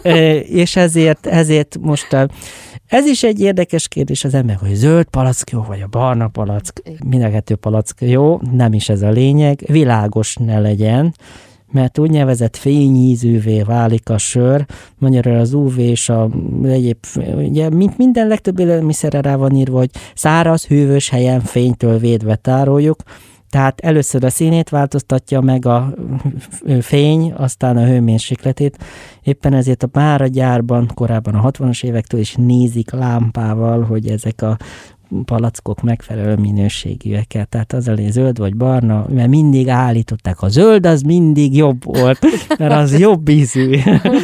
És ezért, ezért most ez is egy érdekes kérdés az ember, hogy zöld palack jó, vagy a barna palack, mind a kettő palack jó, nem is ez a lényeg, világos ne legyen, mert úgynevezett fényízűvé válik a sör, magyarul az ú vé és a egyéb, ugye, mint minden legtöbb élelmiszerre rá van írva, hogy száraz, hűvös helyen fénytől védve tároljuk, tehát először a színét változtatja meg a fény, aztán a hőmérsékletét. Éppen ezért a már a gyárban, korábban a hatvanas évektől is nézik lámpával, hogy ezek a palackok megfelelő minőségűek. Tehát az elég zöld vagy barna, mert mindig állították, a zöld az mindig jobb volt, mert az jobb ízű.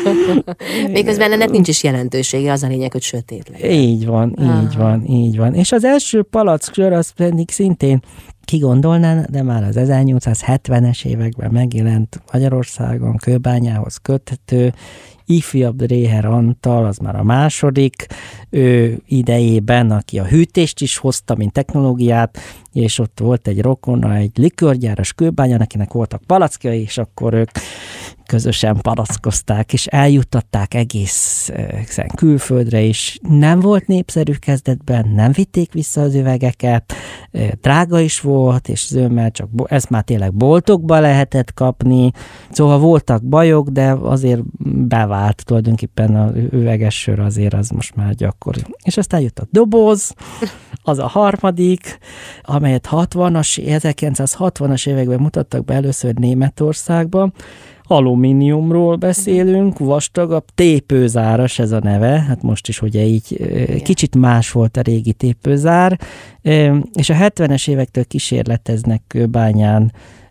Miközben ennek nincs is jelentősége, az a lényeg, hogy sötét legyen. Így van, ah. így van, így van. És az első palacksör az pedig szintén ki gondolná, de már az ezernyolcszázhetvenes években megjelent Magyarországon, Kőbányához köthető, ifjabb Dréher Antal, az már a második ő idejében, aki a hűtést is hozta, mint technológiát, és ott volt egy rokona, egy likörgyáros Kőbányán, akinek voltak palackjai, és akkor ők közösen palackozták, és eljuttatták egészen külföldre is. Nem volt népszerű kezdetben, nem vitték vissza az üvegeket, drága is volt, és zömmel csak, ezt már tényleg boltokba lehetett kapni, szóval voltak bajok, de azért bevált tulajdonképpen az üveges sör, azért az most már gyakori. És aztán jött a doboz, az a harmadik, amelyet hatvanas, ezerkilencszázhatvanas években mutattak be először Németországban. Alumíniumról beszélünk, vastagabb, tépőzáras ez a neve, hát most is ugye így igen. Kicsit más volt a régi tépőzár, és a hetvenes évektől kísérleteznek Kőbányán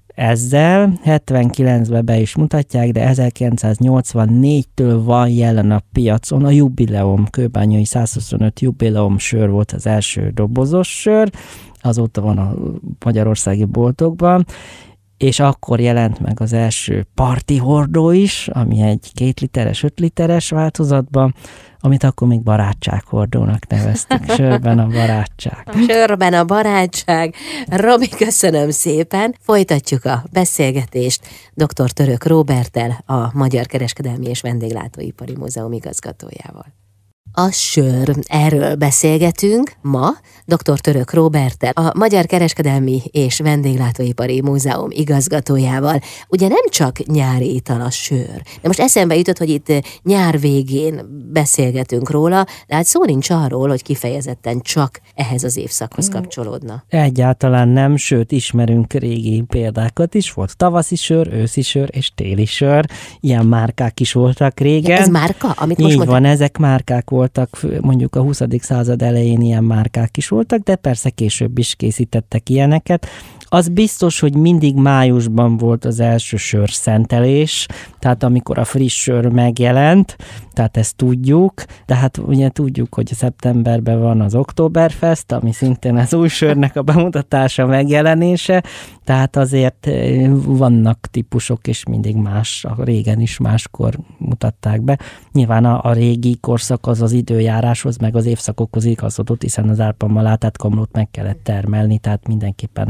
ezzel, hetvenkilencben be is mutatják, de ezerkilencszáznyolcvannégytől van jelen a piacon a jubileum, kőbányai százhuszonöt jubileum sör volt az első dobozos sör, azóta van a magyarországi boltokban, és akkor jelent meg az első parti hordó is, ami egy két literes, öt literes változatban, amit akkor még barátsághordónak neveztük. Sörben a barátság. A sörben a barátság. Robi, köszönöm szépen. Folytatjuk a beszélgetést doktor Török Róberttel, a Magyar Kereskedelmi és Vendéglátóipari Múzeum igazgatójával. A sör, erről beszélgetünk ma doktor Török Róberttel, a Magyar Kereskedelmi és Vendéglátóipari Múzeum igazgatójával. Ugye nem csak nyári ital a sör, de most eszembe jutott, hogy itt nyár végén beszélgetünk róla, de hát szó nincs arról, hogy kifejezetten csak ehhez az évszakhoz kapcsolódna. Egyáltalán nem, sőt ismerünk régi példákat is, volt tavaszi sör, őszi sör és téli sör, ilyen márkák is voltak régen. Ja, ez márka? Amit most Így mondtad? van, ezek márkák voltak, mondjuk a huszadik század elején ilyen márkák is voltak, de persze később is készítettek ilyeneket. Az biztos, hogy mindig májusban volt az első sörszentelés, tehát amikor a friss sör megjelent, tehát ezt tudjuk, de hát ugye tudjuk, hogy szeptemberben van az Oktoberfest, ami szintén az új sörnek a bemutatása, megjelenése, tehát azért vannak típusok, és mindig más, a régen is máskor mutatták be. Nyilván a, a régi korszak az az időjáráshoz, meg az évszakokhoz igazodott, hiszen az árpamalátát, komlót meg kellett termelni, tehát mindenképpen ahhoz kell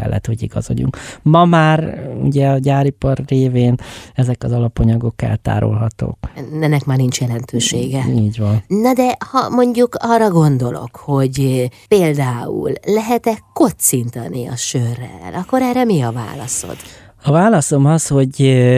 kellett, hogy igazodjunk. Ma már ugye a gyáripar révén ezek az alapanyagok eltárolhatók. Ennek már nincs jelentősége. Így van. Na de ha mondjuk arra gondolok, hogy például lehet-e kocintani a sörrel, akkor erre mi a válaszod? A válaszom az, hogy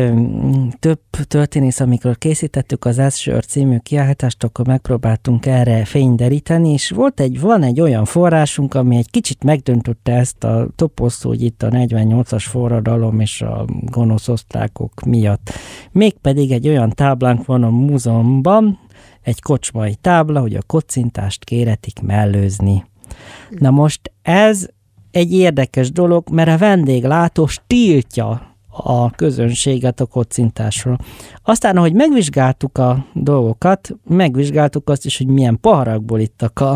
több történész, amikor készítettük az Ez sör című kiállítást, akkor megpróbáltunk erre fényderíteni, és volt egy, van egy olyan forrásunk, ami egy kicsit megdöntötte ezt a toposzt, hogy itt a negyvennyolcas forradalom és a gonosz osztrákok miatt. Mégpedig egy olyan táblánk van a múzeumban, egy kocsmai tábla, hogy a kocintást kéretik mellőzni. Na most ez egy érdekes dolog, mert a vendéglátós tiltja a közönséget a kocintásról. Aztán, ahogy megvizsgáltuk a dolgokat, megvizsgáltuk azt is, hogy milyen poharakból ittak a,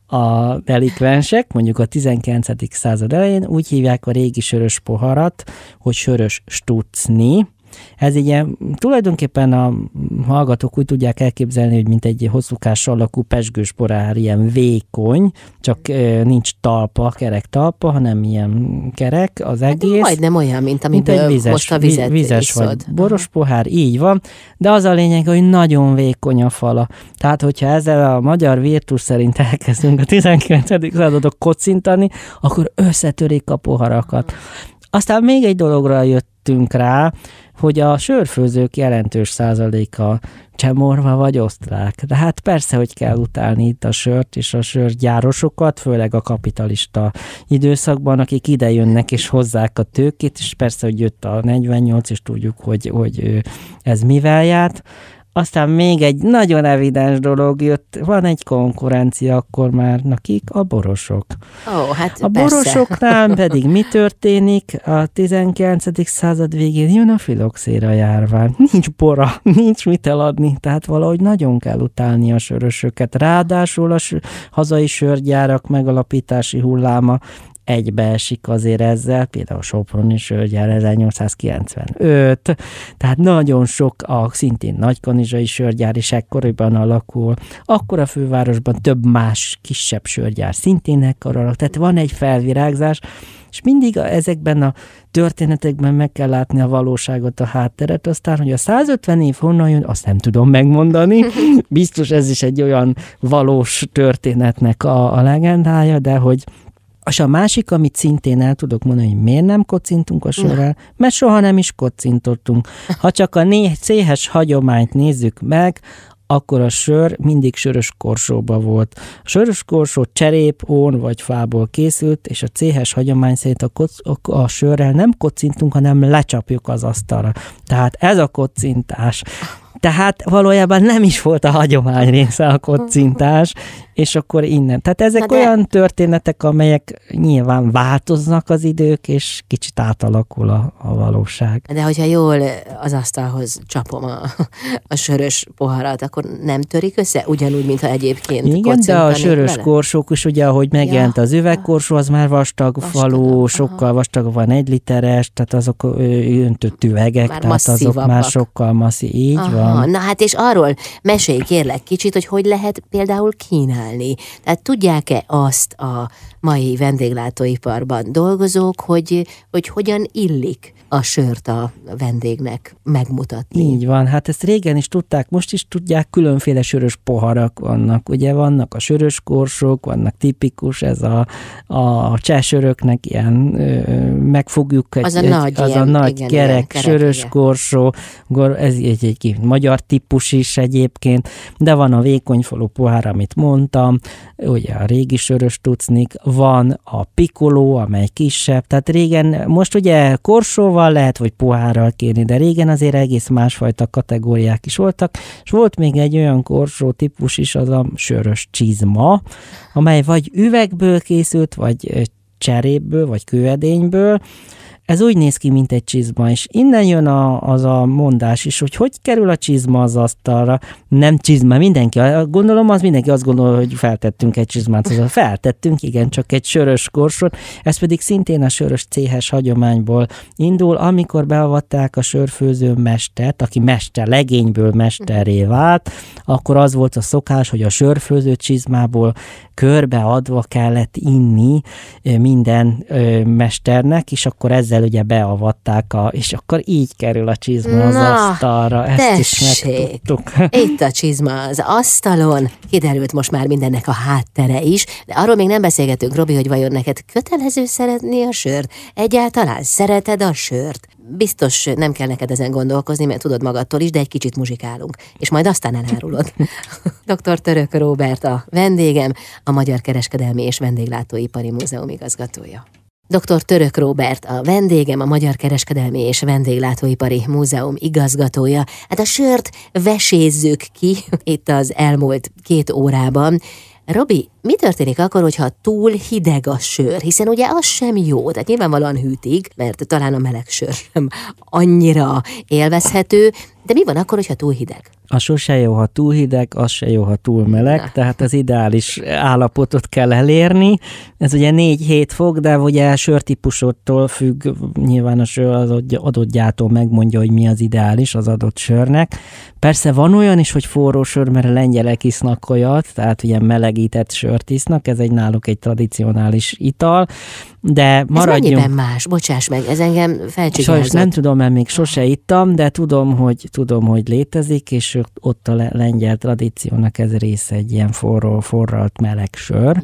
a delikvensek, mondjuk a tizenkilencedik század elején, úgy hívják a régi sörös poharat, hogy sörös stucni. Ez ugye tulajdonképpen a hallgatók úgy tudják elképzelni, hogy mint egy hosszúkás alakú pezsgős porár, ilyen vékony, csak e, nincs talpa, kerek talpa, hanem ilyen kerek az egész. Hát majdnem olyan, mint amiből mint vizes, most a vizet vizes iszod. Vagy boros pohár, így van, de az a lényeg, hogy nagyon vékony a fala. Tehát, hogyha ezzel a magyar virtus szerint elkezdünk a tizenkilencedik századot kocintani, akkor összetörik a poharakat. Aztán még egy dologra jöttünk rá, hogy a sörfőzők jelentős százaléka csemorva vagy osztrák. De hát persze, hogy kell utálni itt a sört és a sörgyárosokat, főleg a kapitalista időszakban, akik ide jönnek és hozzák a tőkét, és persze, hogy jött a negyvennyolc, és tudjuk, hogy, hogy ez mivel járt. Aztán még egy nagyon evidens dolog jött, van egy konkurencia, akkor már nekik a borosok. Ó, hát a persze. borosoknál pedig mi történik? A tizenkilencedik század végén jön a filoxéra járvány. Nincs bora, nincs mit eladni, tehát valahogy nagyon kell utálni a sörösöket. Ráadásul a sör, hazai sörgyárak megalapítási hulláma egybeesik azért ezzel, például a soproni sörgyár ezernyolcszázkilencvenöt, tehát nagyon sok a szintén nagykanizsai sörgyár is ekkoriban alakul, akkor a fővárosban több más kisebb sörgyár szintén ekkor alakul, tehát van egy felvirágzás, és mindig a, ezekben a történetekben meg kell látni a valóságot, a hátteret, aztán, hogy a százötven év honnan jön, azt nem tudom megmondani. Biztos ez is egy olyan valós történetnek a, a legendája, de hogy és a másik, amit szintén el tudok mondani, hogy miért nem kocintunk a sörrel, mert soha nem is kocintottunk. Ha csak a négy céhes hagyományt nézzük meg, akkor a sör mindig sörös korsóba volt. A sörös korsó cserép, ón vagy fából készült, és a céhes hagyomány szerint a, koc, a sörrel nem kocintunk, hanem lecsapjuk az asztalra. Tehát ez a kocintás. Tehát valójában nem is volt a hagyomány része a kocintás, és akkor innen. Tehát ezek de... olyan történetek, amelyek nyilván változnak az idők, és kicsit átalakul a, a valóság. De hogyha jól az asztalhoz csapom a, a sörös poharat, akkor nem törik össze? Ugyanúgy, mintha egyébként igen, de a sörös vele? Korsók is, ugye, ahogy megjelent ja. az üvegkorsó, az már vastag Vastagabb. falú, sokkal vastagabb van, egy literes, tehát azok öntött üvegek, már tehát azok már sokkal masszív. Így aha. van. Na hát és arról mesélj kérlek kicsit, hogy hogy lehet például kínálni. Tehát tudják-e azt a mai vendéglátóiparban dolgozók, hogy, hogy hogyan illik a sört a vendégnek megmutatni? Így van, hát ezt régen is tudták, most is tudják, különféle sörös poharak vannak. Ugye vannak a sörös korsók, vannak tipikus, ez a, a csehsöröknek ilyen, ö, megfogjuk egy, az a egy, nagy, az ilyen, a nagy igen, kerek, kerek sörös igen. korsó, ez egy, egy, egy magyar típus is egyébként, de van a vékonyfalú pohár, amit mondtam, ugye a régi sörös tucnik, van a pikoló, amely kisebb, tehát régen, most ugye korsóval lehet, vagy pohárral kérni, de régen azért egész másfajta kategóriák is voltak, és volt még egy olyan korsó típus is, az a sörös csizma, amely vagy üvegből készült, vagy cserépből, vagy kőedényből. ez úgy néz ki, mint egy csizma, és innen jön a, az a mondás is, hogy hogy kerül a csizma az asztalra. Nem csizma, mindenki, gondolom, az mindenki azt gondol, hogy feltettünk egy csizmát, az feltettünk, igen, csak egy sörös korsot, ez pedig szintén a sörös céhes hagyományból indul, amikor beavatták a sörfőző mestert, aki mester, legényből mesterré vált, akkor az volt a szokás, hogy a sörfőző csizmából körbeadva kellett inni minden mesternek, és akkor ezzel ugye beavatták, a, és akkor így kerül a csizma az Na, asztalra. Ezt tessék. Is megtudtuk. Itt a csizma az asztalon. Kiderült most már mindennek a háttere is, de arról még nem beszélgetünk, Robi, hogy vajon neked kötelező szeretni a sört? Egyáltalán szereted a sört? Biztos nem kell neked ezen gondolkozni, mert tudod magadtól is, de egy kicsit muzsikálunk, és majd aztán elárulod. doktor Török Róbert a vendégem, a Magyar Kereskedelmi és Vendéglátóipari Múzeum igazgatója. doktor Török Róbert a vendégem, a Magyar Kereskedelmi és Vendéglátóipari Múzeum igazgatója. Hát a sört vesézzük ki itt az elmúlt két órában. Robi, mi történik akkor, hogyha túl hideg a sör? Hiszen ugye az sem jó, tehát nyilvánvalóan hűtik, mert talán a meleg sör sem annyira élvezhető, de mi van akkor, hogyha túl hideg? A sose jó, ha túl hideg, az se jó, ha túl meleg, Na. tehát az ideális állapotot kell elérni. Ez ugye négy-hét fok, de ugye sörtípusottól függ, nyilván a sör az adott gyártó megmondja, hogy mi az ideális az adott sörnek. Persze van olyan is, hogy forró sör, mert a lengyelek isznak olyat, tehát ugye melegített sört isznak, ez egy náluk egy tradicionális ital, de maradjunk... Ez mennyiben más? Bocsáss meg, ez engem felcsigázott. Sajnos nem tudom, mert még sose ittam, de tudom, hogy, tudom, hogy létezik, és ott a lengyel tradíciónak ez része egy ilyen forró, forralt meleg sör.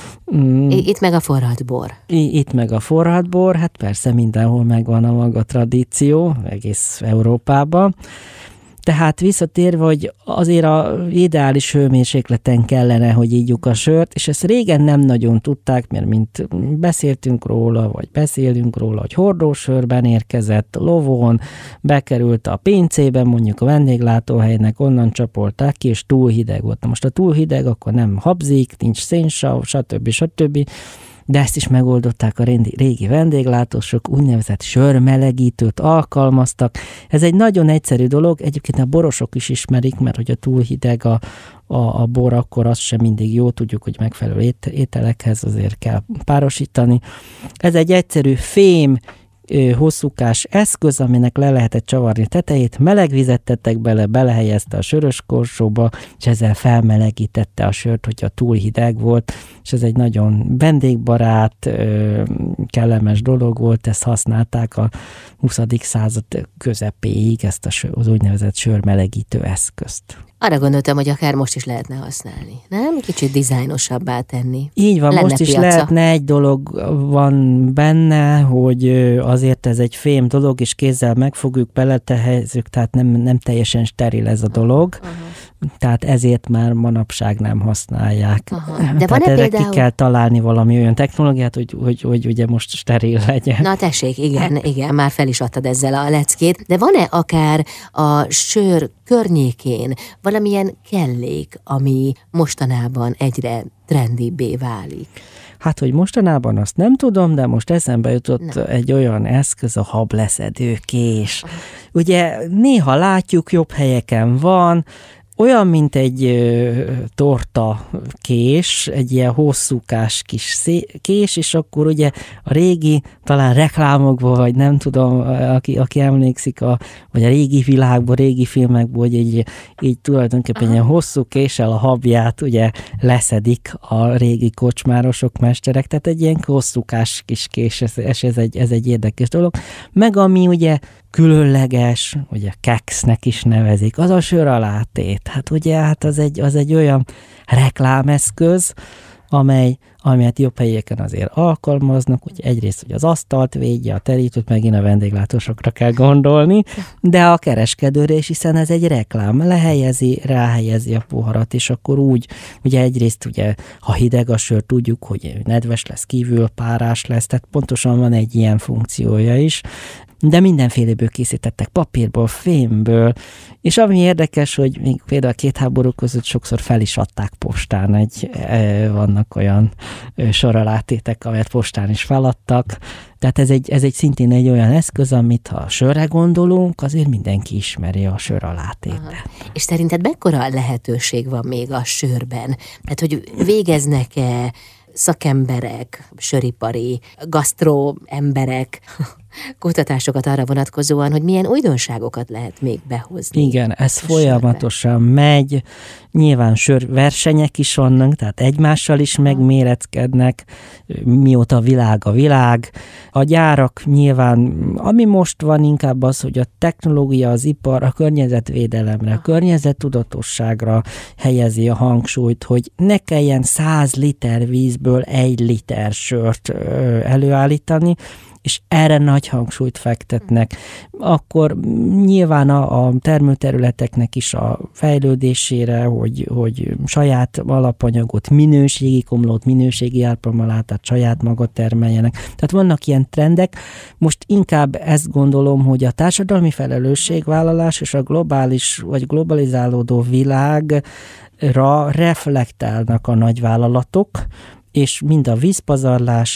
Mm. Itt meg a forralt bor. Itt meg a forralt bor, hát persze mindenhol megvan a maga tradíció, egész Európában. Tehát visszatérve, hogy azért az ideális hőmérsékleten kellene, hogy ígyjuk a sört, és ezt régen nem nagyon tudták, mert mint beszéltünk róla, vagy beszélünk róla, hogy hordósörben érkezett, lovon, bekerült a pincében, mondjuk a vendéglátóhelynek, onnan csapolták ki, és túl hideg volt. Na most a túl hideg, akkor nem habzik, nincs szénsav, stb. stb. De ezt is megoldották a régi vendéglátósok, úgynevezett sörmelegítőt alkalmaztak. Ez egy nagyon egyszerű dolog, egyébként a borosok is ismerik, mert hogyha túl hideg a, a, a bor, akkor az sem mindig jó, tudjuk, hogy megfelelő ét, ételekhez azért kell párosítani. Ez egy egyszerű fém, hosszúkás eszköz, aminek le lehetett csavarni tetejét, meleg vizet tettek bele, belehelyezte a sörös korsóba, és ezzel felmelegítette a sört, hogyha túl hideg volt, és ez egy nagyon vendégbarát, kellemes dolog volt, ezt használták a huszadik század közepéig, ezt az úgynevezett sörmelegítő eszközt. Arra gondoltam, hogy akár most is lehetne használni, nem? Kicsit dizájnosabbá tenni. Így van, Lenne most is piaca. Lehetne, egy dolog van benne, hogy azért ez egy fém dolog, és kézzel megfogjuk, beletehezzük, tehát nem, nem teljesen steril ez a dolog. Aha. Tehát ezért már manapság nem használják. Aha. De tehát erre például... ki kell találni valami olyan technológiát, hogy, hogy, hogy ugye most steril legyen. Na tessék, igen, igen, már fel is adtad ezzel a leckét. De van-e akár a sör környékén valamilyen kellék, ami mostanában egyre trendibbé válik? Hát, hogy mostanában azt nem tudom, de most eszembe jutott nem. egy olyan eszköz, a hableszedő kés. Ugye néha látjuk, jobb helyeken van, olyan, mint egy ö, torta kés, egy ilyen hosszúkás kis szé- kés, és akkor ugye a régi, talán reklámokból, vagy nem tudom, aki, aki emlékszik, a, vagy a régi világból, régi filmekból, hogy egy, így tulajdonképpen Aha. ilyen hosszú késsel a habját ugye leszedik a régi kocsmárosok, mesterek, tehát egy ilyen hosszúkás kis kés, ez, ez, egy, ez egy érdekes dolog. Meg ami ugye különleges, ugye keksznek is nevezik, az a sör alátét. Hát ugye hát az egy, az egy olyan reklámeszköz, amely, amelyet jobb helyeken azért alkalmaznak, hogy egyrészt hogy az asztalt védje, a terítőt, megint a vendéglátósokra kell gondolni, de a kereskedőre is, hiszen ez egy reklám, lehelyezi, ráhelyezi a poharat, és akkor úgy, ugye egyrészt ugye, ha hideg a sör, tudjuk, hogy nedves lesz kívül, párás lesz, tehát pontosan van egy ilyen funkciója is, de mindenféléből készítettek, papírból, fémből, és ami érdekes, hogy még például a két háború között sokszor fel is adták postán, egy, e, vannak olyan soralátétek, amelyet postán is feladtak. Tehát ez egy, ez egy szintén egy olyan eszköz, amit ha sörre gondolunk, azért mindenki ismeri a soralátétet. És szerinted mekkora lehetőség van még a sörben? Tehát, hogy végeznek-e szakemberek, söripari, gasztró emberek kutatásokat arra vonatkozóan, hogy milyen újdonságokat lehet még behozni? Igen, ez folyamatosan megy. Nyilván sörversenyek is vannak, tehát egymással is megméretkednek, mióta a világ a világ. A gyárak nyilván, ami most van inkább az, hogy a technológia, az ipar a környezetvédelemre, a környezettudatosságra helyezi a hangsúlyt, hogy ne kelljen száz liter vízből egy liter sört előállítani, és erre nagy hangsúlyt fektetnek. Akkor nyilván a, a termőterületeknek is a fejlődésére, hogy, hogy saját alapanyagot, minőségi komlót, minőségi árpamalátát saját maga termeljenek. Tehát vannak ilyen trendek. Most inkább ezt gondolom, hogy a társadalmi felelősségvállalás és a globális vagy globalizálódó világra reflektálnak a nagyvállalatok, és mind a vízpazarlás,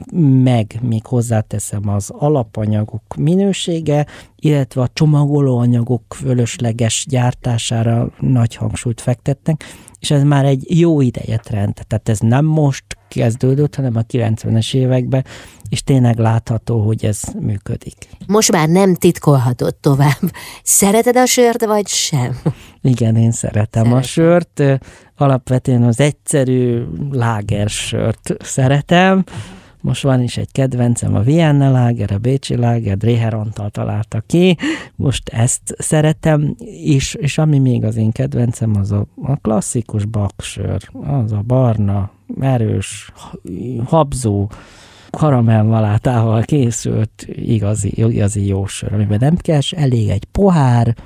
meg még hozzáteszem az alapanyagok minősége, illetve a csomagolóanyagok fölösleges gyártására nagy hangsúlyt fektetnek, és ez már egy jó ideje trend. Tehát ez nem most kezdődött, hanem a kilencvenes években, és tényleg látható, hogy ez működik. Most már nem titkolhatod tovább. Szereted a sört, vagy sem? Igen, én szeretem Szeretem. a sört. Alapvetően az egyszerű lágersört szeretem. Most van is egy kedvencem, a Vienna láger, a bécsi láger, Dreher Antal találta ki. Most ezt szeretem, és, és ami még az én kedvencem, az a, a klasszikus baksör, az a barna, erős, habzó, karamellmalátával készült igazi, igazi jó sör, amiben nem kell, elég egy pohár,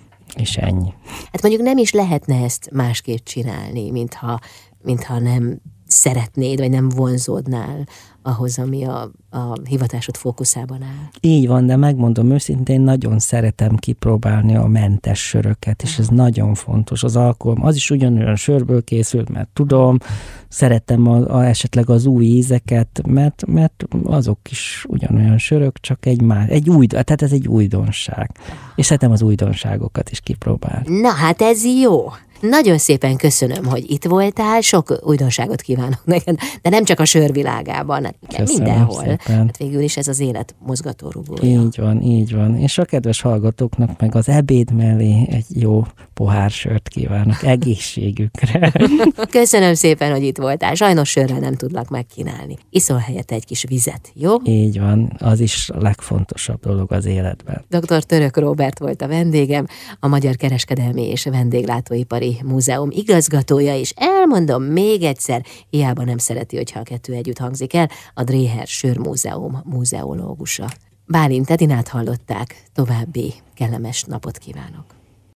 és ennyi. Hát mondjuk nem is lehetne ezt másképp csinálni, mintha, mintha nem szeretnéd, vagy nem vonzódnál ahhoz, ami a, a hivatásod fókuszában áll. Így van, de megmondom őszintén, nagyon szeretem kipróbálni a mentes söröket, és ez nagyon fontos. Az alkohol, az is ugyanolyan sörből készült, mert tudom, szeretem a, a, esetleg az új ízeket, mert, mert azok is ugyanolyan sörök, csak egy már, egy új, tehát ez egy újdonság. És szeretem az újdonságokat is kipróbálni. Na hát ez jó! Nagyon szépen köszönöm, hogy itt voltál, sok újdonságot kívánok neked, de nem csak a sörvilágában, hát mindenhol. Szépen. Hát végül is ez az élet mozgatórugója. Így van, így van. És a kedves hallgatóknak meg az ebéd mellé egy jó pohár sört kívánok egészségükre. Köszönöm szépen, hogy itt voltál. Sajnos sörrel nem tudlak megkínálni. Iszol helyette egy kis vizet, jó? Így van, az is a legfontosabb dolog az életben. doktor Török Róbert volt a vendégem, a Magyar Kereskedelmi és Vendéglátóipari Múzeum igazgatója, és elmondom még egyszer, hiába nem szereti, hogyha a kettő együtt hangzik el, a Dreher Sörmúzeum múzeológusa. Bálint Edinát hallották, további kellemes napot kívánok.